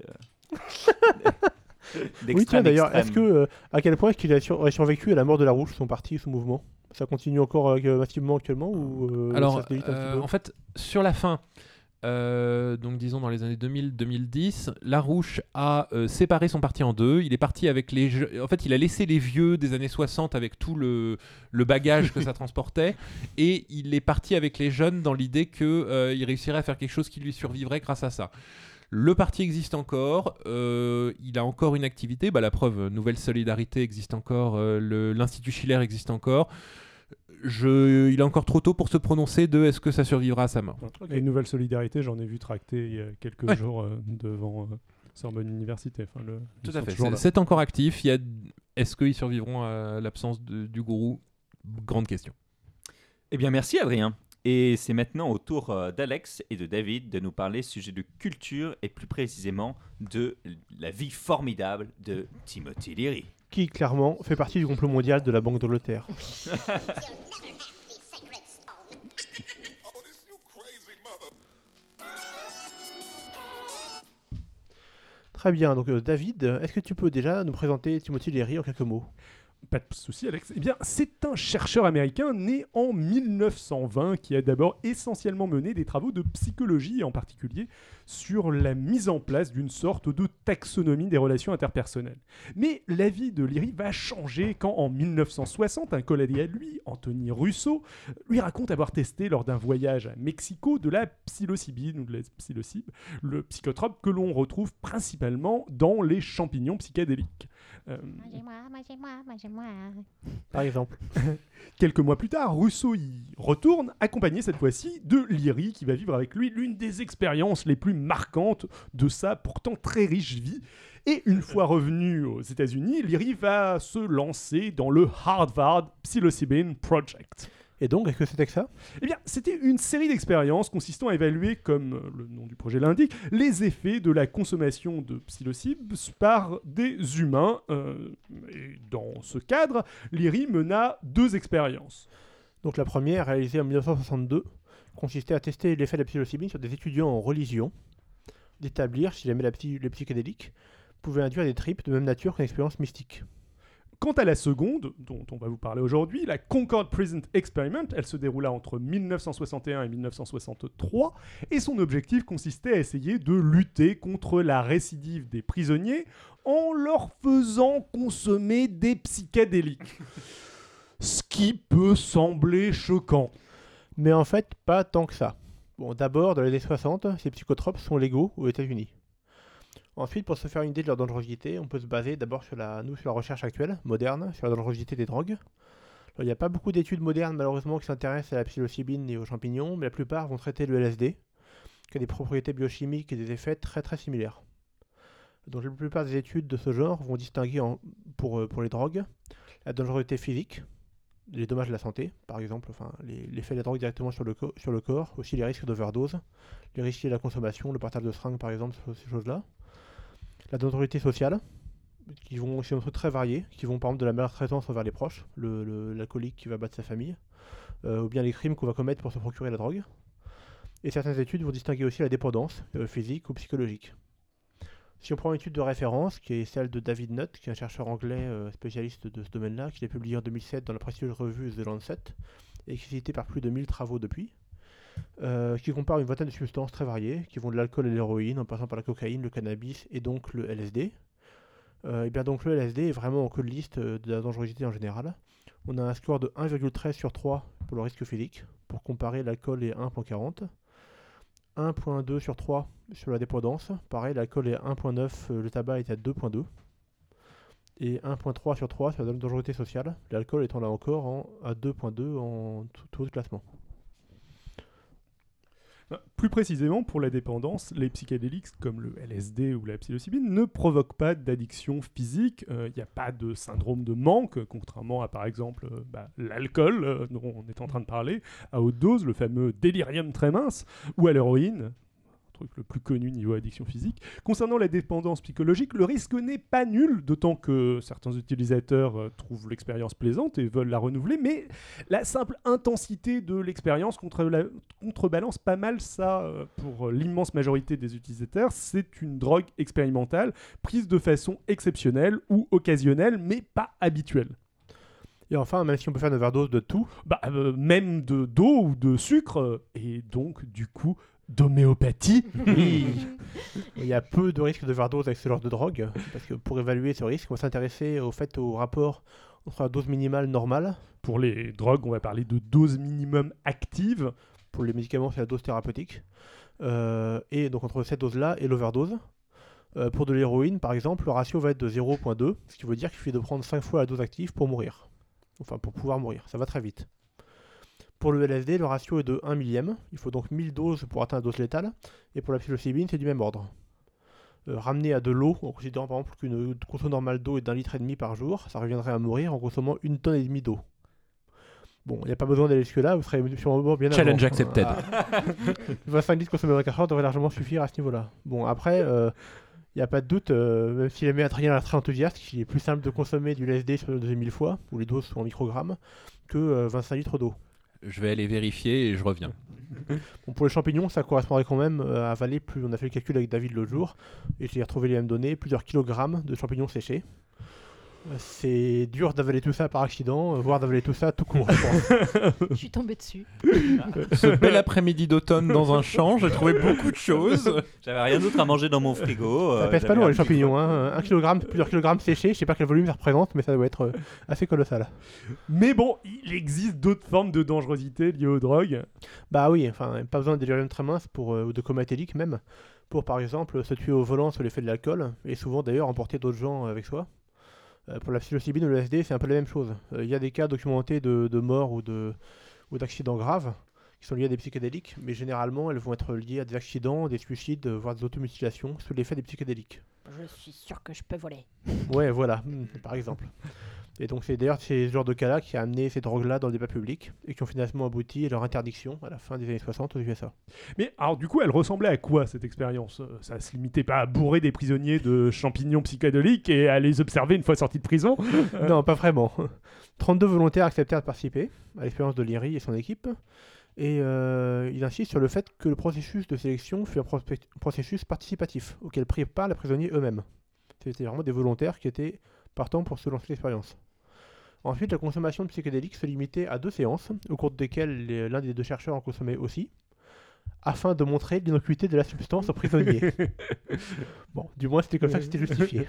Oui, tiens, d'ailleurs, est-ce que, à quel point est-ce qu'il aurait survécu à la mort de Larouche, son parti, son mouvement ? Ça continue encore massivement actuellement ou Alors, ça se délite un petit peu en fait, sur la fin, donc disons dans les années 2000-2010, Larouche a séparé son parti en deux. Il est parti avec en fait, il a laissé les vieux des années 60 avec tout le bagage que ça transportait, et il est parti avec les jeunes dans l'idée qu'il réussirait à faire quelque chose qui lui survivrait grâce à ça. Le parti existe encore, il a encore une activité, la preuve, Nouvelle Solidarité existe encore, l'Institut Schiller existe encore. Il est encore trop tôt pour se prononcer de est-ce que ça survivra à sa mort. Et Nouvelle Solidarité, j'en ai vu tracter il y a quelques jours devant Sorbonne Université. Tout à fait, c'est encore actif. Est-ce qu'ils survivront à l'absence du gourou ? Grande question. Eh bien, merci Adrien. Et c'est maintenant au tour d'Alex et de David de nous parler sujet de culture et plus précisément de la vie formidable de Timothy Leary. Qui, clairement, fait partie du complot mondial de la Banque d'Angleterre. Très bien, donc David, est-ce que tu peux déjà nous présenter Timothy Leary en quelques mots ? Pas de souci, Alex. Eh bien, c'est un chercheur américain né en 1920 qui a d'abord essentiellement mené des travaux de psychologie, en particulier sur la mise en place d'une sorte de taxonomie des relations interpersonnelles. Mais la vie de Leary va changer quand, en 1960, un collègue à lui, Anthony Russo, lui raconte avoir testé lors d'un voyage à Mexico de la psilocybine ou de la psilocybe, le psychotrope que l'on retrouve principalement dans les champignons psychédéliques. Mangez-moi. Par exemple. Quelques mois plus tard, Russo y retourne, accompagné cette fois-ci de Leary, qui va vivre avec lui l'une des expériences les plus marquantes de sa pourtant très riche vie. Et une fois revenu aux États-Unis, Leary va se lancer dans le Harvard Psilocybin Project. Et donc, est-ce que c'était que ça ? Eh bien, c'était une série d'expériences consistant à évaluer, comme le nom du projet l'indique, les effets de la consommation de psilocybes par des humains. Et dans ce cadre, Leary mena 2 expériences. Donc la première, réalisée en 1962, consistait à tester l'effet de la psilocybine sur des étudiants en religion, d'établir si jamais les psychédéliques pouvaient induire des tripes de même nature qu'une expérience mystique. Quant à la seconde, dont on va vous parler aujourd'hui, la Concord Prison Experiment, elle se déroula entre 1961 et 1963, et son objectif consistait à essayer de lutter contre la récidive des prisonniers en leur faisant consommer des psychédéliques. Ce qui peut sembler choquant. Mais en fait, pas tant que ça. Bon, d'abord, dans les années 60, ces psychotropes sont légaux aux États-Unis. Ensuite, pour se faire une idée de leur dangerosité, on peut se baser d'abord sur la recherche actuelle, moderne, sur la dangerosité des drogues. Alors, il n'y a pas beaucoup d'études modernes, malheureusement, qui s'intéressent à la psilocybine et aux champignons, mais la plupart vont traiter le LSD, qui a des propriétés biochimiques et des effets très très similaires. Donc la plupart des études de ce genre vont distinguer pour les drogues la dangerosité physique, les dommages de la santé, par exemple, l'effet de la drogue directement sur le corps, aussi les risques d'overdose, les risques liés à la consommation, le partage de seringues par exemple, ces choses-là. La dangerosité sociale, qui vont se montrer très variées, qui vont par exemple de la maltraitance envers les proches, l'alcoolique qui va battre sa famille, ou bien les crimes qu'on va commettre pour se procurer la drogue. Et certaines études vont distinguer aussi la dépendance, physique ou psychologique. Si on prend une étude de référence, qui est celle de David Nutt, qui est un chercheur anglais spécialiste de ce domaine-là, qui l'a publié en 2007 dans la prestigieuse revue The Lancet, et qui est cité par plus de 1000 travaux depuis, qui compare une vingtaine de substances très variées, qui vont de l'alcool et l'héroïne, en passant par la cocaïne, le cannabis et donc le LSD. Et bien donc le LSD est vraiment en queue de liste de la dangerosité en général. On a un score de 1,13 sur 3 pour le risque physique, pour comparer l'alcool est 1,40. 1,2 sur 3 sur la dépendance, pareil l'alcool est 1,9, le tabac est à 2,2. Et 1,3 sur 3 sur la dangerosité sociale, l'alcool étant là encore à 2,2 en tout classement. Plus précisément, pour la dépendance, les psychédéliques comme le LSD ou la psilocybine ne provoquent pas d'addiction physique. Il n'y a pas de syndrome de manque, contrairement à par exemple l'alcool dont on est en train de parler, à haute dose, le fameux délirium très mince, ou à l'héroïne, truc le plus connu niveau addiction physique. Concernant la dépendance psychologique, le risque n'est pas nul, d'autant que certains utilisateurs trouvent l'expérience plaisante et veulent la renouveler, mais la simple intensité de l'expérience contrebalance pas mal ça pour l'immense majorité des utilisateurs. C'est une drogue expérimentale, prise de façon exceptionnelle ou occasionnelle, mais pas habituelle. Et enfin, même si on peut faire une overdose de tout, même d'eau ou de sucre, et donc du coup d'homéopathie. oui, il y a peu de risques d'overdose avec ce genre de drogue, parce que pour évaluer ce risque, on va s'intéresser au rapport entre la dose minimale normale. Pour les drogues, on va parler de dose minimum active. Pour les médicaments, c'est la dose thérapeutique. Et donc entre cette dose-là et l'overdose. Pour de l'héroïne, par exemple, le ratio va être de 0,2, ce qui veut dire qu'il suffit de prendre 5 fois la dose active pour mourir. Enfin, pour pouvoir mourir. Ça va très vite. Pour le LSD, le ratio est de 1 millième. Il faut donc 1000 doses pour atteindre la dose létale. Et pour la psilocybine, c'est du même ordre. Ramené à de l'eau, en considérant par exemple qu'une conso normale d'eau est d'1,5 litre par jour, ça reviendrait à mourir en consommant 1,5 tonne d'eau. Bon, il n'y a pas besoin d'aller jusque-là, vous serez sûrement mort bien avant. Challenge accepted. 25 litres consommés dans 4 heures devrait largement suffire à ce niveau-là. Bon, après, il n'y a pas de doute, même si les Adrien est très enthousiaste, qu'il est plus simple de consommer du LSD sur 2000 fois, où les doses sont en microgrammes, que 25 litres d'eau. Je vais aller vérifier et je reviens. Bon, pour les champignons, ça correspondrait quand même à avaler plus. On a fait le calcul avec David l'autre jour, et j'ai retrouvé les mêmes données, plusieurs kilogrammes de champignons séchés. C'est dur d'avaler tout ça par accident, voire d'avaler tout ça tout court, je pense. Je suis tombée dessus. Ce bel après-midi d'automne dans un champ, j'ai trouvé beaucoup de choses. J'avais rien d'autre à manger dans mon frigo. Ça pèse pas lourd les champignons, hein. 1 kg, plusieurs kilogrammes séchés, je sais pas quel volume ça représente, mais ça doit être assez colossal. Mais bon, il existe d'autres formes de dangerosité liées aux drogues. Bah oui, enfin, pas besoin de délirium très mince ou de coma éthylique même, pour par exemple se tuer au volant sous l'effet de l'alcool, et souvent d'ailleurs emporter d'autres gens avec soi. Pour la psilocybine ou le LSD, c'est un peu la même chose. Il y a des cas documentés de mort ou d'accidents graves qui sont liés à des psychédéliques, mais généralement elles vont être liées à des accidents, des suicides, voire des automutilations sous l'effet des psychédéliques. Je suis sûr que je peux voler. Ouais, voilà, par exemple. Et donc c'est d'ailleurs ce genre de cas-là qui a amené ces drogues-là dans le débat public et qui ont finalement abouti à leur interdiction à la fin des années 60 aux USA. Mais alors du coup, elle ressemblait à quoi cette expérience ? Ça se limitait pas à bourrer des prisonniers de champignons psychédéliques et à les observer une fois sortis de prison ? Non, pas vraiment. 32 volontaires acceptèrent de participer à l'expérience de Leary et son équipe. Et il insiste sur le fait que le processus de sélection fut un processus participatif auquel prirent part les prisonniers eux-mêmes. C'était vraiment des volontaires qui étaient partants pour se lancer l'expérience. Ensuite, la consommation de psychédéliques se limitait à 2 séances, au cours desquelles l'un des 2 chercheurs en consommait aussi, afin de montrer l'innocuité de la substance aux prisonniers. Bon, du moins c'était comme ça que c'était justifié.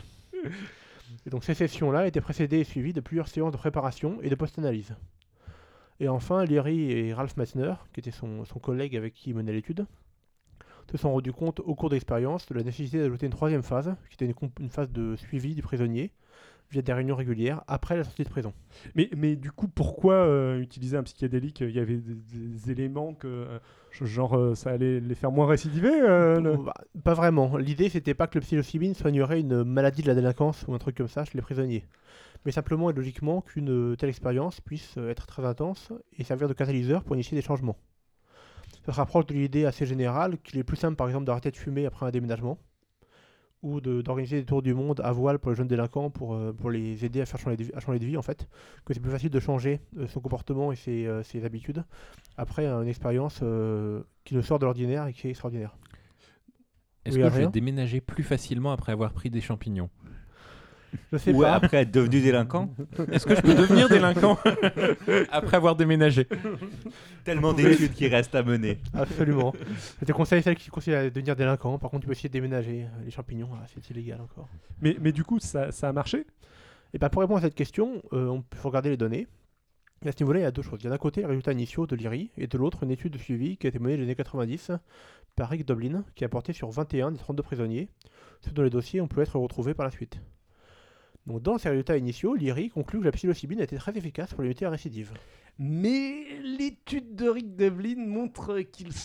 Et donc ces sessions-là étaient précédées et suivies de plusieurs séances de préparation et de post-analyse. Et enfin, Leary et Ralph Metzner, qui était son collègue avec qui il menait l'étude, se sont rendus compte au cours de l'expérience de la nécessité d'ajouter une 3e phase, qui était une phase de suivi du prisonnier, via des réunions régulières après la sortie de prison. Mais du coup, pourquoi utiliser un psychédélique ? Il y avait des éléments que, genre, ça allait les faire moins récidiver Pas vraiment. L'idée, c'était pas que le psilocybine soignerait une maladie de la délinquance ou un truc comme ça chez les prisonniers. Mais simplement et logiquement qu'une telle expérience puisse être très intense et servir de catalyseur pour initier des changements. Ça se rapproche de l'idée assez générale qu'il est plus simple par exemple d'arrêter de fumer après un déménagement ou d'organiser des tours du monde à voile pour les jeunes délinquants pour les aider à changer de vie en fait, que c'est plus facile de changer son comportement et ses habitudes après une expérience qui nous sort de l'ordinaire et qui est extraordinaire. Est-ce que je vais déménager plus facilement après avoir pris des champignons ? Je sais Ou pas. après être devenu délinquant. Est-ce que je peux devenir délinquant après avoir déménagé ? Tellement d'études qui restent à mener. Absolument. Je te conseille celles qui conseillent à devenir délinquant. Par contre, tu peux essayer de déménager. Les champignons, c'est illégal encore. Mais du coup, ça a marché ? Et pour répondre à cette question, il faut regarder les données. Et à ce niveau-là, il y a 2 choses. Il y a d'un côté les résultats initiaux de Leary et de l'autre une étude de suivi qui a été menée dans les années 90 par Rick Doblin qui a porté sur 21 des 32 prisonniers, ceux dont les dossiers ont pu être retrouvés par la suite. Donc, dans ses résultats initiaux, Leary conclut que la psilocybine a été très efficace pour limiter la récidive. Mais l'étude de Rick Devlin montre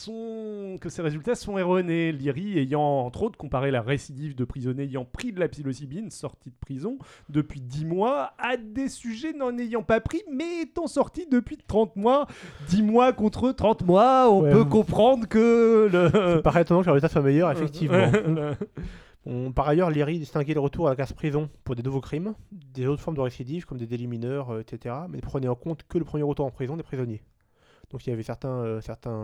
que ces résultats sont erronés. Leary ayant entre autres comparé la récidive de prisonniers ayant pris de la psilocybine sortis de prison depuis 10 mois à des sujets n'en ayant pas pris mais étant sortis depuis 30 mois. 10 mois contre 30 mois, on peut comprendre que Ça paraît étonnant que les résultats soient meilleurs, effectivement. Par ailleurs, Leary distinguait le retour à la case prison pour des nouveaux crimes, des autres formes de récidive comme des délits mineurs, etc., mais ne prenait en compte que le premier retour en prison des prisonniers. Donc il y avait certains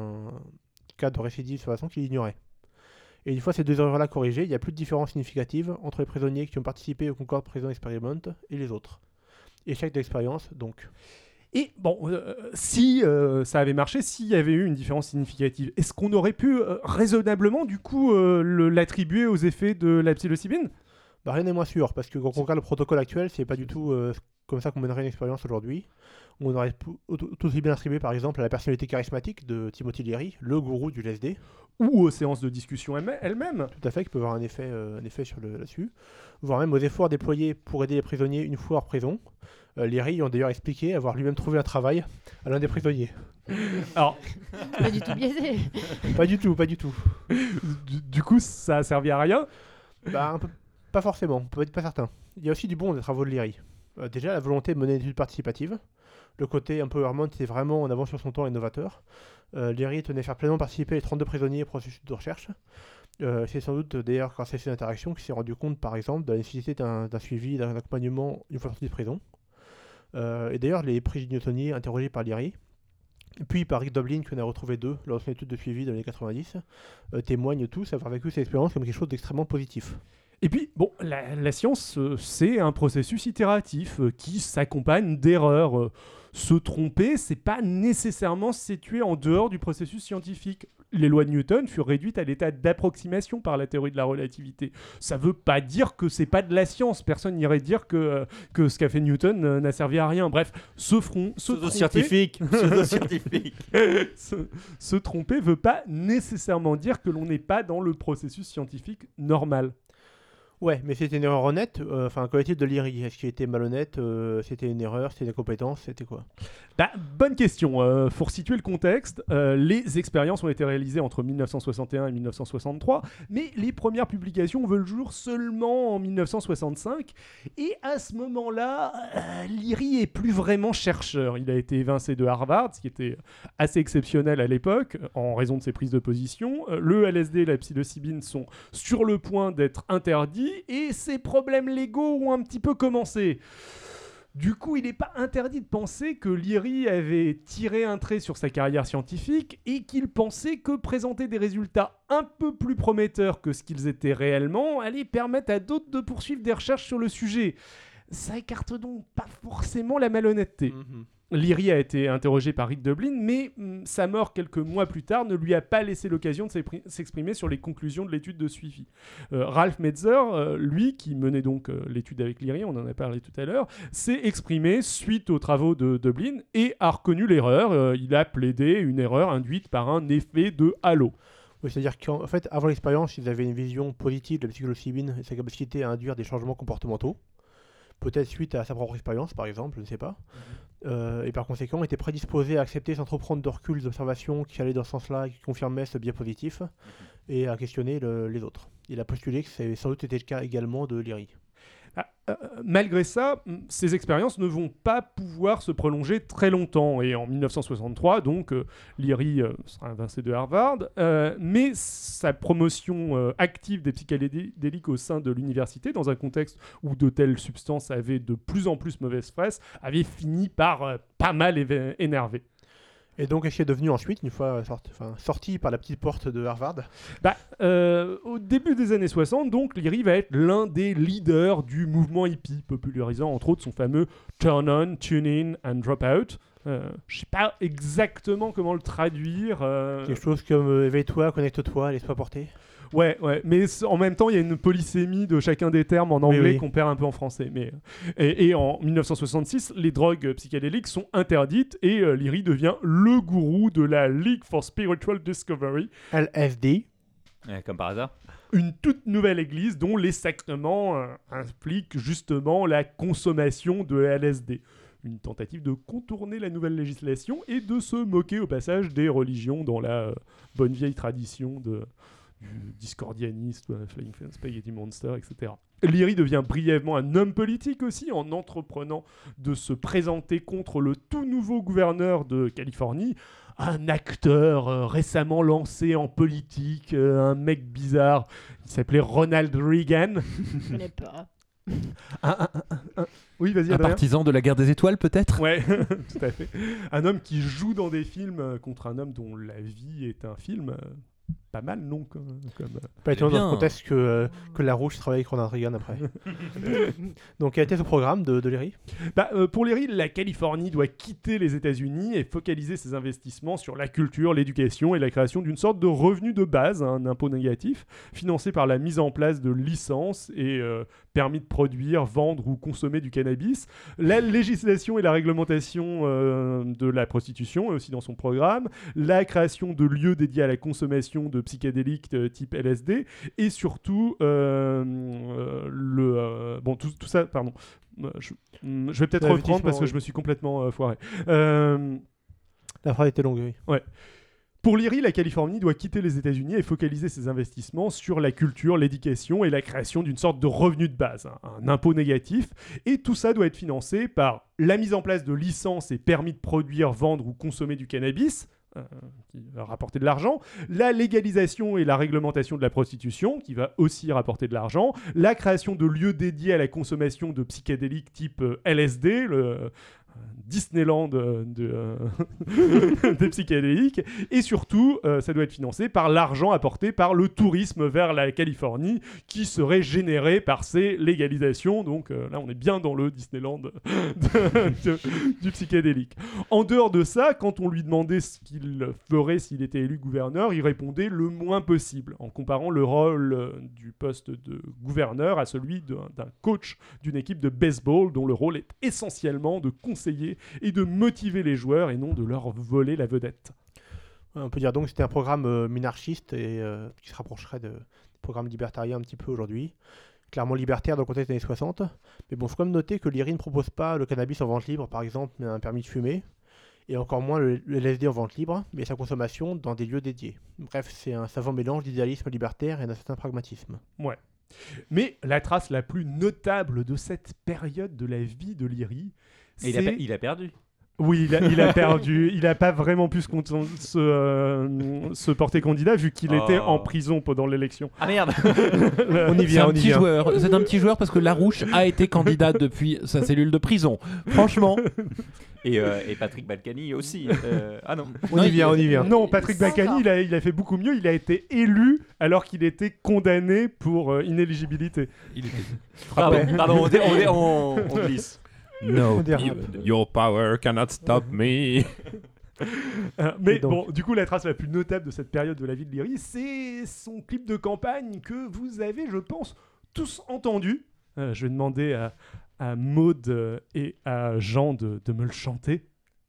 cas de récidive sur la façon qu'il ignorait. Et une fois ces deux erreurs-là corrigées, il n'y a plus de différence significative entre les prisonniers qui ont participé au Concord Prison Experiment et les autres. Échec d'expérience, donc. Et bon, si ça avait marché, s'il y avait eu une différence significative, est-ce qu'on aurait pu raisonnablement, du coup, l'attribuer aux effets de la psilocybine ? Rien n'est moins sûr, parce que quand on regarde le protocole actuel, c'est pas du tout comme ça qu'on mènerait une expérience aujourd'hui. On aurait tout aussi bien attribué, par exemple, à la personnalité charismatique de Timothy Leary, le gourou du LSD. Ou aux séances de discussion elles-mêmes. Tout à fait, qui peut avoir un effet là-dessus. Voire même aux efforts déployés pour aider les prisonniers une fois hors prison. Leary ont d'ailleurs expliqué avoir lui-même trouvé un travail à l'un des prisonniers. Alors, Pas du tout biaisé. Pas du tout. Du coup, ça a servi à rien. Un peu, pas forcément, on peut être pas certain. Il y a aussi du bon des travaux de Leary. Déjà, la volonté de mener une étude participative. Le côté empowerment était vraiment en avance sur son temps et novateur. Leary tenait à faire pleinement participer les 32 prisonniers au processus de recherche. C'est sans doute d'ailleurs grâce à ces interactions qu'il s'est rendu compte, par exemple, de la nécessité d'un suivi, d'un accompagnement une fois sorti de prison. Et d'ailleurs, les prix newtoniens interrogés par Leary, puis par Rick Doblin, qui en a retrouvé 2 lors de son étude de suivi dans les années 90, témoignent tous avoir vécu cette expérience comme quelque chose d'extrêmement positif. Et puis, bon, la science, c'est un processus itératif qui s'accompagne d'erreurs. Se tromper, c'est pas nécessairement se situer en dehors du processus scientifique. Les lois de Newton furent réduites à l'état d'approximation par la théorie de la relativité. Ça veut pas dire que c'est pas de la science. Personne n'irait dire que ce qu'a fait Newton n'a servi à rien. Bref, Pseudo-scientifique. Se tromper veut pas nécessairement dire que l'on n'est pas dans le processus scientifique normal. Ouais, mais c'était une erreur honnête, collective de Leary. Est-ce qu'il était malhonnête, c'était une erreur, c'était une incompétence, c'était quoi ? Bonne question. Pour situer le contexte, les expériences ont été réalisées entre 1961 et 1963, mais les premières publications veulent le jour seulement en 1965. Et à ce moment-là, Leary est plus vraiment chercheur. Il a été évincé de Harvard, ce qui était assez exceptionnel à l'époque, en raison de ses prises de position. Le LSD et la psilocybine sont sur le point d'être interdits, et ses problèmes légaux ont un petit peu commencé. Du coup, il n'est pas interdit de penser que Leary avait tiré un trait sur sa carrière scientifique et qu'il pensait que présenter des résultats un peu plus prometteurs que ce qu'ils étaient réellement allait permettre à d'autres de poursuivre des recherches sur le sujet. Ça écarte donc pas forcément la malhonnêteté. Leary a été interrogé par Rick Doblin, mais sa mort quelques mois plus tard ne lui a pas laissé l'occasion de s'exprimer sur les conclusions de l'étude de suivi. Ralph Metzer, lui, qui menait donc l'étude avec Leary, on en a parlé tout à l'heure, s'est exprimé suite aux travaux de Doblin et a reconnu l'erreur. Il a plaidé une erreur induite par un effet de halo. Oui, c'est-à-dire qu'en fait, avant l'expérience, ils avaient une vision positive de la psilocybine et sa capacité à induire des changements comportementaux. Peut-être suite à sa propre expérience, par exemple, je ne sais pas. Et par conséquent, était prédisposé à accepter sans trop prendre de recul les observations qui allaient dans ce sens-là et qui confirmaient ce biais positif, et à questionner les autres. Il a postulé que ça avait sans doute été le cas également de Leary. Malgré ça, ces expériences ne vont pas pouvoir se prolonger très longtemps. Et en 1963, donc, Leary sera évincé de Harvard, mais sa promotion active des psychédéliques au sein de l'université, dans un contexte où de telles substances avaient de plus en plus mauvaise presse, avait fini par pas mal énerver. Et donc, qu'est-ce qui est devenu ensuite, une fois sorti par la petite porte de Harvard ? Au début des années 60, donc, Leary va être l'un des leaders du mouvement hippie, popularisant entre autres son fameux Turn On, Tune In and Drop Out. Je ne sais pas exactement comment le traduire. Quelque chose comme éveille-toi, connecte-toi, laisse-toi porter. Ouais, mais en même temps, il y a une polysémie de chacun des termes en anglais oui. qu'on perd un peu en français. Et en 1966, les drogues psychédéliques sont interdites et Leary devient le gourou de la League for Spiritual Discovery. LSD. Comme par hasard. Une toute nouvelle église dont les sacrements impliquent justement la consommation de LSD. Une tentative de contourner la nouvelle législation et de se moquer au passage des religions dans la bonne vieille tradition du discordianisme, Flying Spaghetti Monster, etc. Leary devient brièvement un homme politique aussi en entreprenant de se présenter contre le tout nouveau gouverneur de Californie, un acteur récemment lancé en politique, un mec bizarre, il s'appelait Ronald Reagan. Je connais pas. Oui, vas-y, Un Adrien. partisan de la guerre des étoiles, peut-être? Ouais, tout à fait. Un homme qui joue dans des films contre un homme dont la vie est un film. Pas mal, non comme... Pas étonnant dans bien. ce contexte que Larouche travaille avec Ronald Reagan après. Donc, quel était ce programme de Leary? Pour Leary, la Californie doit quitter les États-Unis et focaliser ses investissements sur la culture, l'éducation et la création d'une sorte de revenu de base, un impôt négatif, financé par la mise en place de licences et permis de produire, vendre ou consommer du cannabis. La législation et la réglementation de la prostitution est aussi dans son programme. La création de lieux dédiés à la consommation de psychédéliques type LSD. Et surtout, tout ça, pardon. Je vais peut-être reprendre parce que je me suis complètement foiré. La phrase était longue, oui. Pour Leary, la Californie doit quitter les États-Unis et focaliser ses investissements sur la culture, l'éducation et la création d'une sorte de revenu de base, un impôt négatif. Et tout ça doit être financé par la mise en place de licences et permis de produire, vendre ou consommer du cannabis, qui va rapporter de l'argent, la légalisation et la réglementation de la prostitution, qui va aussi rapporter de l'argent, la création de lieux dédiés à la consommation de psychédéliques type LSD, le Disneyland des psychédéliques, et surtout ça doit être financé par l'argent apporté par le tourisme vers la Californie qui serait généré par ces légalisations. Donc là on est bien dans le Disneyland du psychédélique. En dehors de ça, quand on lui demandait ce qu'il ferait s'il était élu gouverneur, il répondait le moins possible, en comparant le rôle du poste de gouverneur à celui d'un coach d'une équipe de baseball dont le rôle est essentiellement de conseiller et de motiver les joueurs et non de leur voler la vedette. On peut dire donc que c'était un programme minarchiste et qui se rapprocherait des programmes libertariens un petit peu aujourd'hui. Clairement libertaire dans le contexte des années 60. Mais bon, il faut quand même noter que Leary ne propose pas le cannabis en vente libre, par exemple, mais un permis de fumer, et encore moins le LSD en vente libre, mais sa consommation dans des lieux dédiés. Bref, c'est un savant mélange d'idéalisme libertaire et d'un certain pragmatisme. Ouais. Mais la trace la plus notable de cette période de la vie de Leary, Et c'est... il a perdu. Oui, il a perdu. Il n'a pas vraiment pu se porter candidat vu qu'il était en prison pendant l'élection. Ah merde. On y vient, C'est un petit joueur parce que Larouche a été candidat depuis sa cellule de prison. Franchement. Et Patrick Balkany aussi. Ah non. On y vient. Non, Patrick Balkany, il a fait beaucoup mieux. Il a été élu alors qu'il était condamné pour inéligibilité. Il était... Pardon, on glisse. No, On dirait- your power cannot stop me. Mais Et donc- bon, du coup, la trace la plus notable de cette période de la vie de Leary, c'est son clip de campagne que vous avez, je pense, tous entendu. Je vais demander à Maud et à Jean de me le chanter.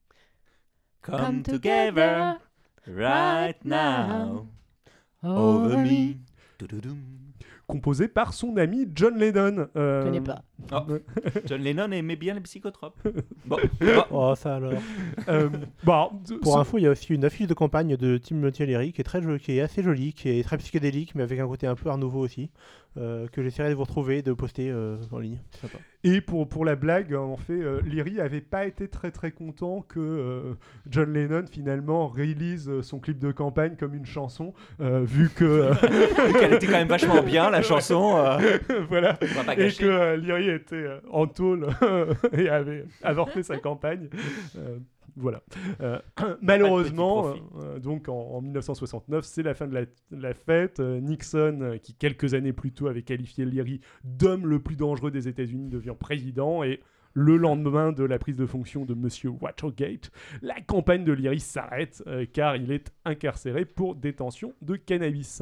Come together right now over me. Toudoudum. Composé par son ami John Lennon. Je connais pas. John Lennon aimait bien les psychotropes. Bon. Oh, ça alors. Pour Info, il y a aussi une affiche de campagne de Timothy Leary qui est assez jolie, qui est très psychédélique, mais avec un côté un peu Art Nouveau aussi, que j'essaierai de vous retrouver, de poster en ligne. C'est sympa. Et pour la blague, en fait, Leary avait pas été très très content que John Lennon finalement réalise son clip de campagne comme une chanson, vu que Qu'elle était quand même vachement bien, la chanson. voilà, On va pas et gâcher. que Leary était en tôle et avait avorté sa campagne. Voilà. Malheureusement, donc en 1969, c'est la fin de la fête. Nixon, qui quelques années plus tôt avait qualifié Leary d'homme le plus dangereux des États-Unis, devient président. Et le lendemain de la prise de fonction de Monsieur Watergate, la campagne de Leary s'arrête car il est incarcéré pour détention de cannabis.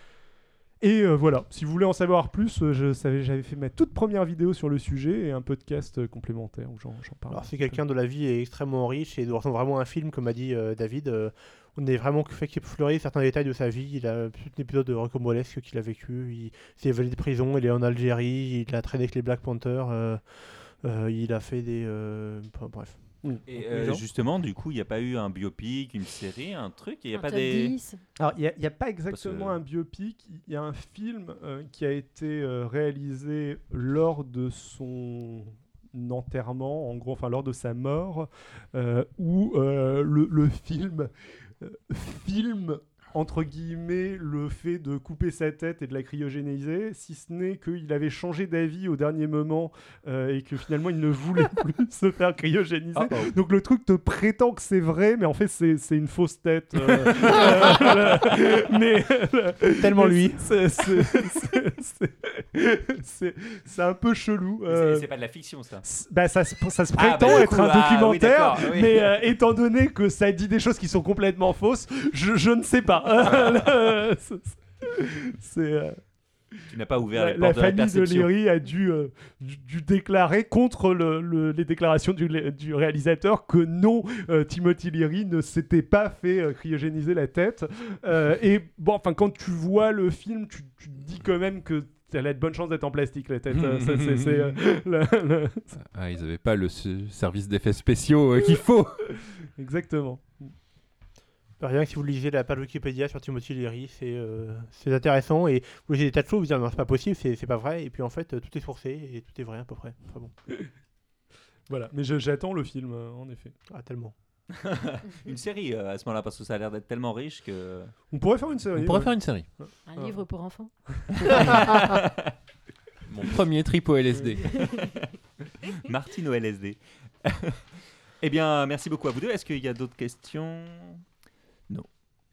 Et voilà, si vous voulez en savoir plus, j'avais fait ma toute première vidéo sur le sujet et un podcast complémentaire où j'en parle. Alors, si quelqu'un de la vie est extrêmement riche et doit ressembler vraiment à un film, comme a dit David, on est vraiment fait explorer certains détails de sa vie. Il a tout un épisode de rocambolesque qu'il a vécu. Il s'est évadé de prison, il est en Algérie, il a traîné avec les Black Panthers, il a fait des... bref. Et Genre. justement, du coup, il n'y a pas eu un biopic, une série, un truc, il n'y a Un pas top des... 10. Alors, il n'y a pas exactement Parce un biopic, il y a un film qui a été réalisé lors de son enterrement, en gros, enfin lors de sa mort, où le film filme entre guillemets le fait de couper sa tête et de la cryogéniser, si ce n'est qu'il avait changé d'avis au dernier moment et que finalement il ne voulait plus se faire cryogéniser. Donc le truc te prétend que c'est vrai, mais en fait c'est une fausse tête. Mais Tellement lui. C'est un peu chelou. C'est pas de la fiction, ça. Ça se Ah, prétend bah, du être coup, un documentaire, oui, d'accord, oui. mais étant donné que ça dit des choses qui sont complètement fausses, je ne sais pas. Tu n'as pas ouvert les La portes de la famille de perception. Léry a dû déclarer contre les déclarations du réalisateur que non, Timothy Leary ne s'était pas fait cryogéniser la tête. Et bon, enfin, quand tu vois le film, tu te dis quand même que elle a de bonnes chances d'être en plastique, la tête. Ah, ils n'avaient pas le service d'effets spéciaux qu'il faut. Exactement. Rien que si vous lisez la page Wikipédia sur Timothy Leary, c'est intéressant. Et vous lisez des tas de choses, vous dites non, c'est pas possible, c'est pas vrai. Et puis en fait, tout est sourcé et tout est vrai à peu près. Enfin bon. Voilà, mais j'attends le film, en effet. Ah, tellement. Une série à ce moment-là, parce que ça a l'air d'être tellement riche que... On pourrait faire une série. On pourrait ouais. faire une série. Un livre pour enfants. Mon premier trip au LSD. Martine au LSD. Eh bien, merci beaucoup à vous deux. Est-ce qu'il y a d'autres questions ? Non.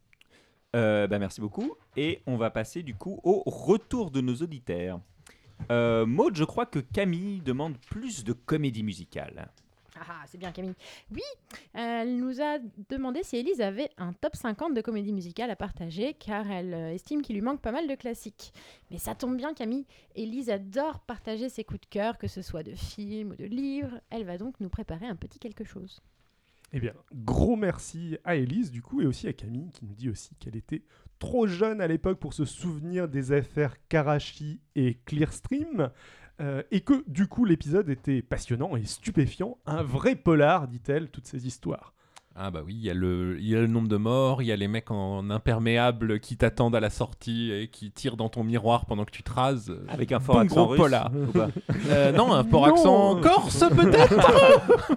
Merci beaucoup. Et on va passer du coup au retour de nos auditeurs. Maud, je crois que Camille demande plus de comédie musicale. Ah, c'est bien Camille. Oui, elle nous a demandé si Élise avait un top 50 de comédie musicale à partager, car elle estime qu'il lui manque pas mal de classiques. Mais ça tombe bien Camille, Élise adore partager ses coups de cœur, que ce soit de films ou de livres. Elle va donc nous préparer un petit quelque chose. Eh bien, gros merci à Élise, du coup, et aussi à Camille, qui nous dit aussi qu'elle était trop jeune à l'époque pour se souvenir des affaires Karachi et Clearstream, et que, du coup, l'épisode était passionnant et stupéfiant. Un vrai polar, dit-elle, toutes ces histoires. Ah bah oui, il y a le nombre de morts, il y a les mecs en imperméable qui t'attendent à la sortie et qui tirent dans ton miroir pendant que tu te rases. Avec un fort Bon accent gros russe polar. ou pas ? Non, un fort Non. accent corse peut-être.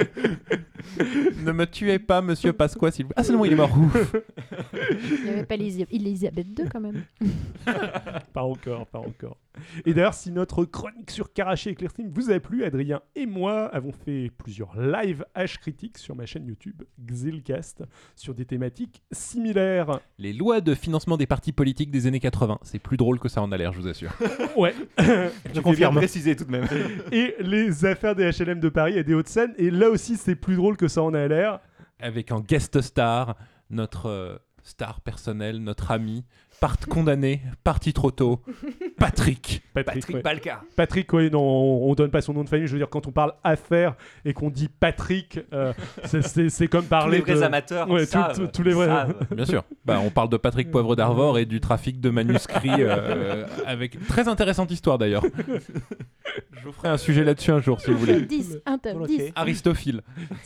Ne me tuez pas, monsieur Pasqua, s'il vous plaît. Ah, c'est bon, il est mort. Ouf. Il n'y avait pas Elisabeth II quand même. Pas encore. Et d'ailleurs, si notre chronique sur Karachi et Clearstream vous a plu, Adrien et moi avons fait plusieurs live H critiques sur ma chaîne YouTube Xilcast sur des thématiques similaires. Les lois de financement des partis politiques des années 80. C'est plus drôle que ça en a l'air, je vous assure. Ouais. Tu fais bien confirme. préciser tout de même. Et les affaires des HLM de Paris et des Hauts-de-Seine. Et là aussi, c'est plus drôle que ça en a l'air. Avec en guest star, notre star personnelle, notre ami, condamné, parti trop tôt, Patrick. Patrick ouais. Balka. Patrick, oui, non, on donne pas son nom de famille. Je veux dire, quand on parle affaires et qu'on dit Patrick, c'est comme Tous parler les vrais de... amateurs Ouais, savent, tous les vrais. savent. Bien sûr. Bah, on parle de Patrick Poivre d'Arvor et du trafic de manuscrits avec très intéressante histoire d'ailleurs. Je vous ferai un sujet là-dessus un jour si vous voulez. 10, un top Ok. 10. Aristophile.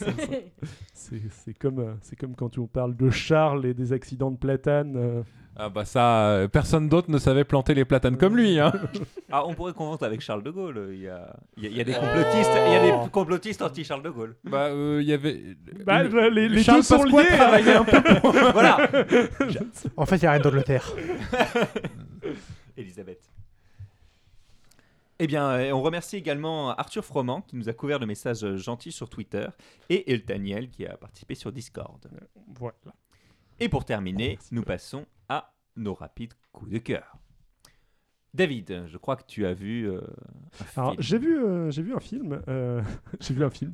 C'est comme quand on parle de Charles et des accidents de platane. Ah bah ça, personne d'autre ne savait planter les platanes comme lui. Hein. Ah, on pourrait confondre avec Charles de Gaulle. Il y a des complotistes, il y a des complotistes anti-Charles de Gaulle. Bah il y avait... Bah, les Charles deux sont Pasqua liés. travaillait un peu pour... Voilà. En fait, il n'y a rien d'Angleterre. Elisabeth. Eh bien, on remercie également Arthur Froment qui nous a couvert le message gentil sur Twitter et Eltaniel qui a participé sur Discord. Voilà. Et pour terminer, nous passons à nos rapides coups de cœur. David, je crois que tu as vu un Alors, film. j'ai vu un film. J'ai vu un film.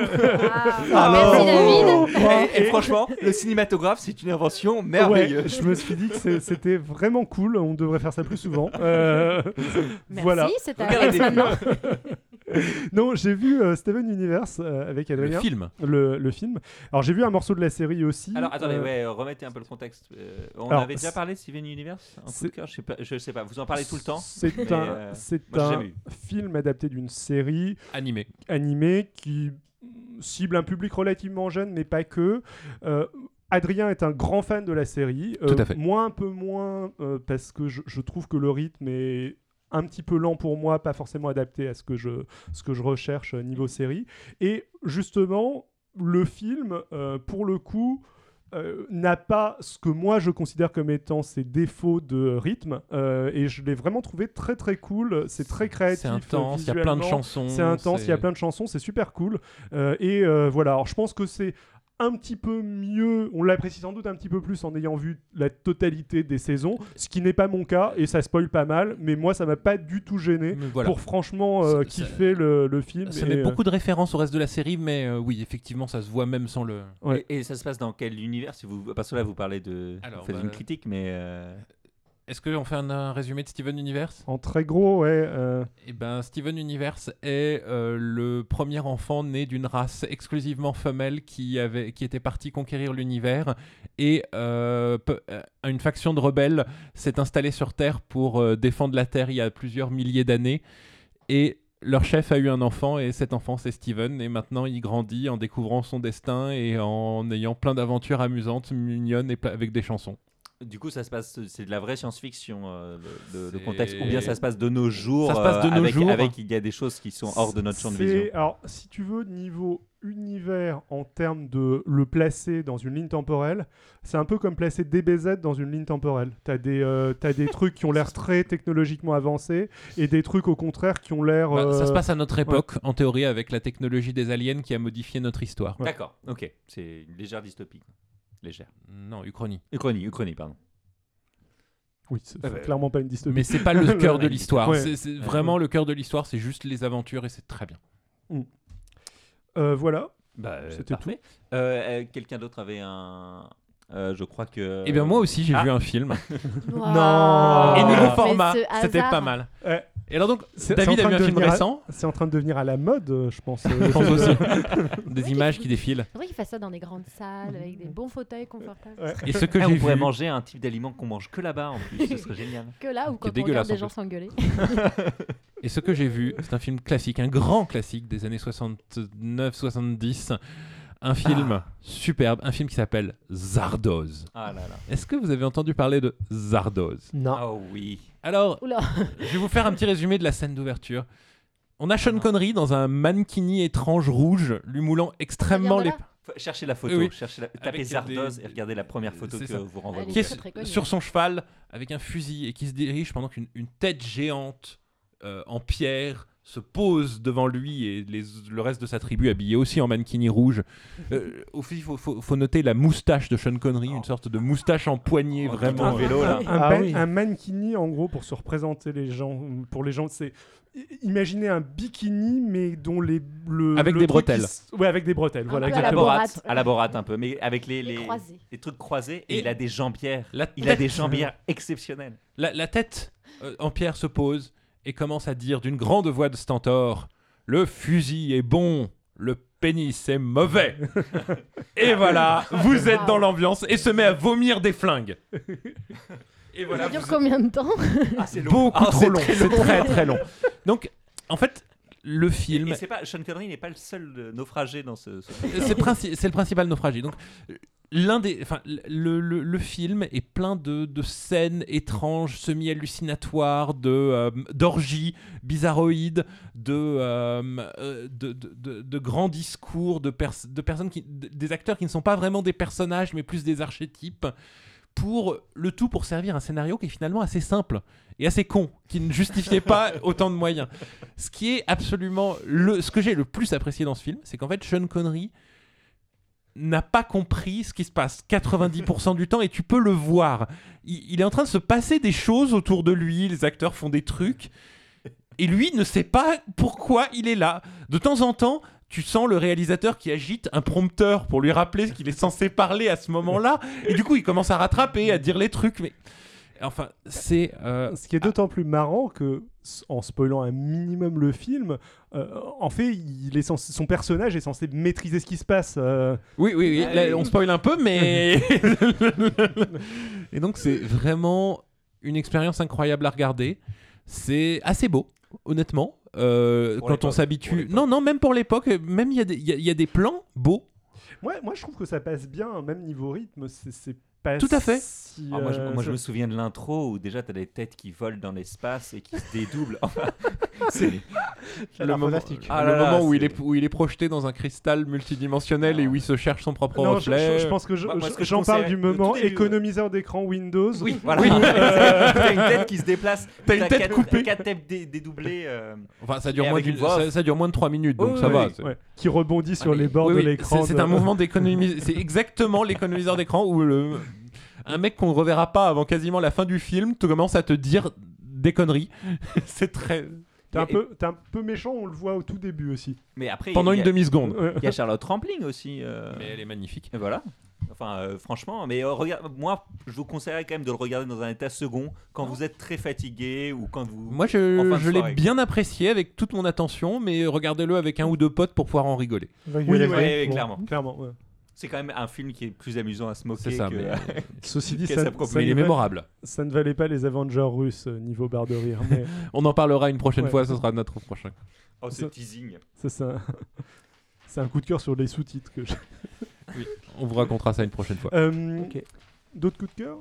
Merci David. Et franchement, le cinématographe, c'est une invention merveilleuse. Ouais, je me suis dit que c'était vraiment cool. On devrait faire ça plus souvent. Merci, Voilà. c'est à Regardez Alex des maintenant. Non, j'ai vu Steven Universe avec Le Adrien. film. Le film. Alors j'ai vu un morceau de la série aussi. Alors attendez, Euh, remettez un peu le contexte. On alors, avait déjà parlé de Steven Universe en coup de cœur, je sais pas, vous en parlez tout le temps. C'est mais, c'est moi, j'ai un jamais vu. film adapté d'une série Animé. animée qui cible un public relativement jeune, mais pas que. Adrien est un grand fan de la série. Tout à fait. Moi, un peu moins, parce que je trouve que le rythme est un petit peu lent pour moi, pas forcément adapté à ce que je recherche niveau série. Et justement, le film, pour le coup, n'a pas ce que moi je considère comme étant ses défauts de rythme. Et je l'ai vraiment trouvé très très cool. C'est très créatif. C'est intense, il y a plein de visuellement. chansons. C'est intense, il y a plein de chansons, c'est super cool. Voilà, alors je pense que c'est un petit peu mieux, on l'apprécie sans doute un petit peu plus en ayant vu la totalité des saisons, ce qui n'est pas mon cas, et ça spoil pas mal, mais moi ça m'a pas du tout gêné Mais voilà. pour franchement kiffer le film. Ça et, met beaucoup de références au reste de la série, mais oui, effectivement, ça se voit même sans le. Ouais. Et ça se passe dans quel univers parce que là vous parlez Alors, vous faites une critique, mais Est-ce qu'on fait un résumé de Steven Universe? En très gros, ouais. Eh ben, Steven Universe est le premier enfant né d'une race exclusivement femelle qui était partie conquérir l'univers, et une faction de rebelles s'est installée sur Terre pour défendre la Terre il y a plusieurs milliers d'années, et leur chef a eu un enfant, et cet enfant c'est Steven, et maintenant il grandit en découvrant son destin et en ayant plein d'aventures amusantes, mignonnes et avec des chansons. du coup ça se passe, c'est de la vraie science-fiction le C'est- contexte, ou bien ça se passe de nos jours, Ça se passe de nos jours. avec il y a des choses qui sont hors de notre champ de vision. Alors, si tu veux, niveau univers, en termes de le placer dans une ligne temporelle, c'est un peu comme placer DBZ dans une ligne temporelle. T'as des trucs qui ont l'air très technologiquement avancés et des trucs au contraire qui ont l'air... Ça se passe à notre époque, en théorie, avec la technologie des aliens qui a modifié notre histoire. Ouais. D'accord, ok, c'est une légère dystopie. Légère. Non, Uchronie. Uchronie, pardon. Oui, c'est Ouais, clairement pas une dystopie. Mais c'est pas le cœur de l'histoire. Ouais. C'est vraiment le cœur de l'histoire, c'est juste les aventures, et c'est très bien. Voilà. C'était parfait. Quelqu'un d'autre avait un... je crois que... Eh bien, moi aussi, j'ai Ah. vu un film. Non. Et niveau Mais format, ce c'était hasard. pas mal. Ouais. Et alors donc, C'est David en a train vu de un film devenir récent. C'est en train de devenir à la mode, je pense. Je pense aussi. Des images qui défilent. C'est vrai qu'il fasse ça dans des grandes salles avec des bons fauteuils confortables. Ouais. Et ce que Ah, j'ai on pourrait vu... manger un type d'aliment qu'on mange que là-bas en plus, ce serait génial. Que là où quand on dégueulasse, regarde des en gens plus. s'engueuler. Et ce que j'ai vu, c'est un film classique, un grand classique des années 69-70. Un film superbe, un film qui s'appelle Zardoz. Ah là là. Est-ce que vous avez entendu parler de Zardoz? Non. Oh oui. Alors, Oula. je vais vous faire un petit résumé de la scène d'ouverture. On a Sean Connery dans un mankini étrange rouge, lui moulant extrêmement les... Regarde Cherchez la photo, Oui. tapez Avec Zardoz des- et regardez la première photo C'est que ça. vous renvoie. Elle est qui est très, très connue. sur son cheval avec un fusil et qui se dirige pendant qu'une tête géante en pierre se pose devant lui, et le reste de sa tribu habillé aussi en mankini rouge. Aussi, il faut noter la moustache de Sean Connery, une sorte de moustache en poignée, vraiment. en vélo là. Un mankini, en gros, pour se représenter les gens, pour les gens, c'est imaginez un bikini, mais dont Avec le des truc bretelles. Ouais, avec des bretelles. Un Voilà, peu à la exactement. Borat. À la Borat un peu, mais avec Les croisés. les trucs croisés, et Et- il a des jambières. La Il a tête- des jambières exceptionnelles. La tête en pierre se pose et commence à dire d'une grande voix de stentor: le fusil est bon, le pénis est mauvais. Et voilà, vous êtes dans l'ambiance, et se met à vomir des flingues. Et voilà, Ça dure vous- combien de temps? Ah, c'est beaucoup trop c'est long, très c'est très très long. Donc, en fait, le film, Et c'est pas, Sean Connery n'est pas le seul naufragé dans ce c'est le principal naufragé. Donc, le film est plein de scènes étranges, semi-hallucinatoires, d'orgies bizarroïdes, de grands discours, des acteurs qui ne sont pas vraiment des personnages, mais plus des archétypes. Pour servir un scénario qui est finalement assez simple et assez con, qui ne justifiait pas autant de moyens. Ce qui est absolument ce que j'ai le plus apprécié dans ce film, c'est qu'en fait Sean Connery n'a pas compris ce qui se passe 90% du temps, et tu peux le voir. Il est en train de se passer des choses autour de lui, les acteurs font des trucs, et lui ne sait pas pourquoi il est là. De temps en temps, tu sens le réalisateur qui agite un prompteur pour lui rappeler qu'il est censé parler à ce moment-là, et du coup il commence à rattraper, à dire les trucs, mais... Enfin, c'est... Ce qui est d'autant plus marrant que, en spoilant un minimum le film, en fait, son personnage est censé maîtriser ce qui se passe. Oui, là, on spoil un peu, mais... Et donc, c'est vraiment une expérience incroyable à regarder. C'est assez beau, honnêtement. Quand on s'habitue... Non, même pour l'époque, même il y a des plans beaux. Moi, je trouve que ça passe bien, même niveau rythme, c'est pas Tout à fait. si, moi, je me souviens de l'intro où déjà t'as des têtes qui volent dans l'espace et qui se dédoublent. Enfin, c'est Le moment, fantastique. le moment où il est projeté dans un cristal multidimensionnel et où il se cherche son propre Non, reflet. je pense que Moi, ce que je j'en parle conseillerais, du moment au tout début, économiseur d'écran Windows. Oui, voilà. T'as une tête qui se déplace. T'as une tête coupée. 4 têtes dédoublées. Enfin, ça dure, Et moins avec une voix off. ça dure moins de 3 minutes, donc Oui, ça oui, va. oui. c'est- Ouais, qui rebondit sur Oui, les bords oui, de oui, l'écran. c'est un mouvement d'économisation. C'est exactement l'économiseur d'écran où un mec qu'on ne reverra pas avant quasiment la fin du film te commence à te dire des conneries. C'est très... T'es un peu méchant, on le voit au tout début aussi. Mais après, Pendant il y une a- demi-seconde. il y a Charlotte Rampling aussi. Mais elle est magnifique. Et voilà. Enfin, franchement, mais moi, je vous conseillerais quand même de le regarder dans un état second quand vous êtes très fatigué ou quand vous. Moi, En fin de je l'ai soirée. bien apprécié avec toute mon attention, mais regardez-le avec un ou deux potes pour pouvoir en rigoler. ouais, clairement. Clairement, ouais. C'est quand même un film qui est plus amusant à se moquer C'est ça, que. mais, Ceci dit, Qu'est-ce ça, à propos ça mais il ne est va- mémorable. ça ne valait pas les Avengers russes niveau barre de rire. Mais On en parlera une prochaine Ouais. fois, ce sera notre prochain. Oh, ce teasing. ça, c'est un coup de cœur sur les sous-titres que j'ai. On vous racontera ça une prochaine fois. Ok. D'autres coups de cœur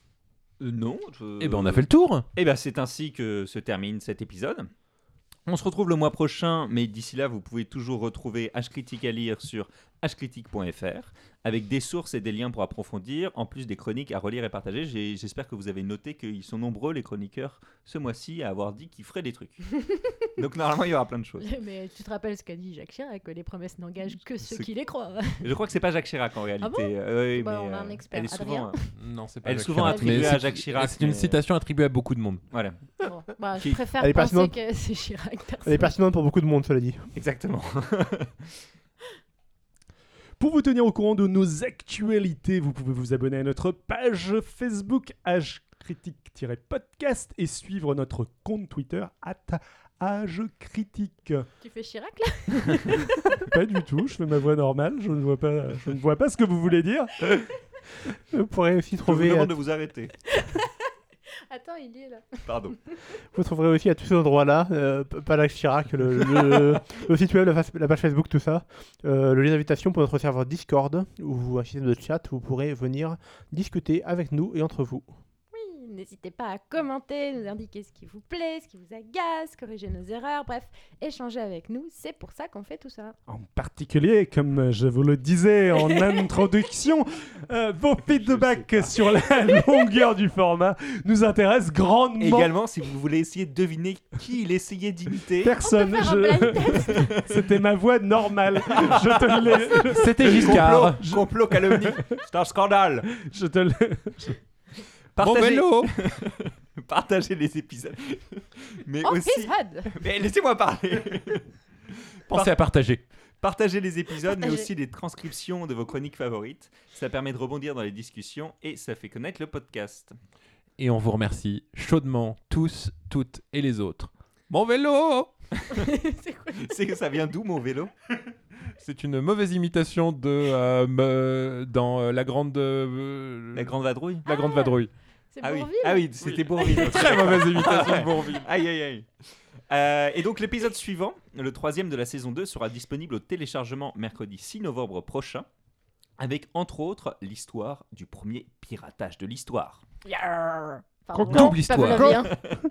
Non. Eh ben, on a fait le tour. Eh ben, c'est ainsi que se termine cet épisode. On se retrouve le mois prochain, mais d'ici là, vous pouvez toujours retrouver H-Critique à lire sur hcritique.fr avec des sources et des liens pour approfondir, en plus des chroniques à relire et partager. J'espère que vous avez noté qu'ils sont nombreux, les chroniqueurs, ce mois-ci, à avoir dit qu'ils feraient des trucs. Donc normalement, il y aura plein de choses. Mais tu te rappelles ce qu'a dit Jacques Chirac, que les promesses n'engagent que ceux C'est- qui les croient. Je crois que c'est pas Jacques Chirac en réalité. bon Oui, Bah, mais, on a un expert. Elle est souvent, Adrien Non, c'est pas elle est Jacques souvent Chirac, attribuée mais à c'est- Jacques Chirac. C'est une mais- citation attribuée à beaucoup de monde. Voilà, Bon, bah, je Qui- préfère Elle est penser pertinente. que c'est Chirac. Elle est personnellement. pertinente pour beaucoup de monde, cela dit. exactement. Pour vous tenir au courant de nos actualités, vous pouvez vous abonner à notre page Facebook @critique-podcast et suivre notre compte Twitter @agecritique. Tu fais Chirac là Pas du tout, je fais ma voix normale, je ne vois pas ce que vous voulez dire. Vous pourrez aussi Je vous trouver, demande de vous arrêter. Attends, il y est là. Pardon. vous trouverez aussi à tous ces endroits-là, pas Jacques Chirac, le site web, la page Facebook, tout ça, le lien d'invitation pour notre serveur Discord, où un système de chat, vous pourrez venir discuter avec nous et entre vous. Oui, n'hésitez pas à commenter, nous indiquer ce qui vous plaît, ce qui vous agace, corriger nos erreurs, bref, échanger avec nous. C'est pour ça qu'on fait tout ça. En particulier, comme je vous le disais en introduction, vos feedbacks sur la longueur du format nous intéressent grandement. Également, si vous voulez essayer de deviner qui il essayait d'imiter. Personne, On peut faire un blind c'était ma voix normale. Je te l'ai, C'était Giscard. Complot, calomnie. C'est un scandale. je te l'ai. Bon Partagez, vélo. partagez les épisodes. Mais Oh, aussi. his head. Mais laissez-moi parler. Pensez à partager. Partagez les épisodes, mais Partagez. aussi les transcriptions de vos chroniques favorites. Ça permet de rebondir dans les discussions et ça fait connaître le podcast. Et on vous remercie chaudement, tous, toutes et les autres. Bon vélo. C'est quoi C'est que ça vient d'où mon vélo? C'est une mauvaise imitation de dans la grande La grande vadrouille? la grande vadrouille. C'est Ah oui, Bourvil ah oui, c'était Bourvil. Très mauvaise imitation de Bourvil. Aïe aïe aïe. Et donc l'épisode suivant, le 3e de la saison 2, sera disponible au téléchargement mercredi 6 novembre prochain, avec entre autres l'histoire du premier piratage de l'histoire. Yarr. Double non, histoire. Pavlovien.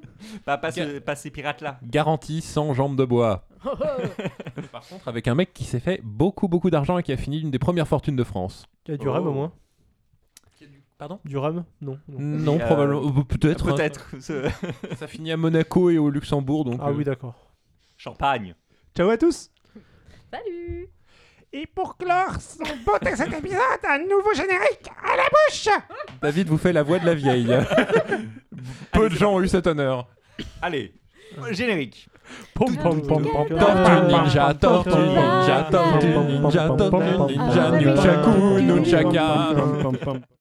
Pas ces pirates-là. Garantie sans jambes de bois. Oh, oh. Par contre, avec un mec qui s'est fait beaucoup d'argent et qui a fini l'une des premières fortunes de France. Il y a du rhum au moins. Pardon? Du rhum? Non. Non, Et, probablement. Peut-être. hein. Peut-être. Ça finit à Monaco et au Luxembourg, donc. Ah oui, d'accord. Champagne. Ciao à tous. Salut. Et pour clore son beauté cet épisode, un nouveau générique à la bouche. David vous fait la voix de la vieille. Peu de gens ont eu cet honneur. Allez, générique. Pom, pom, pom, pom, pom. Tortue ninja, tortue ninja, tortue ninja, tortue ninja, nunchaku, nunchaka. Pom, pom, pom.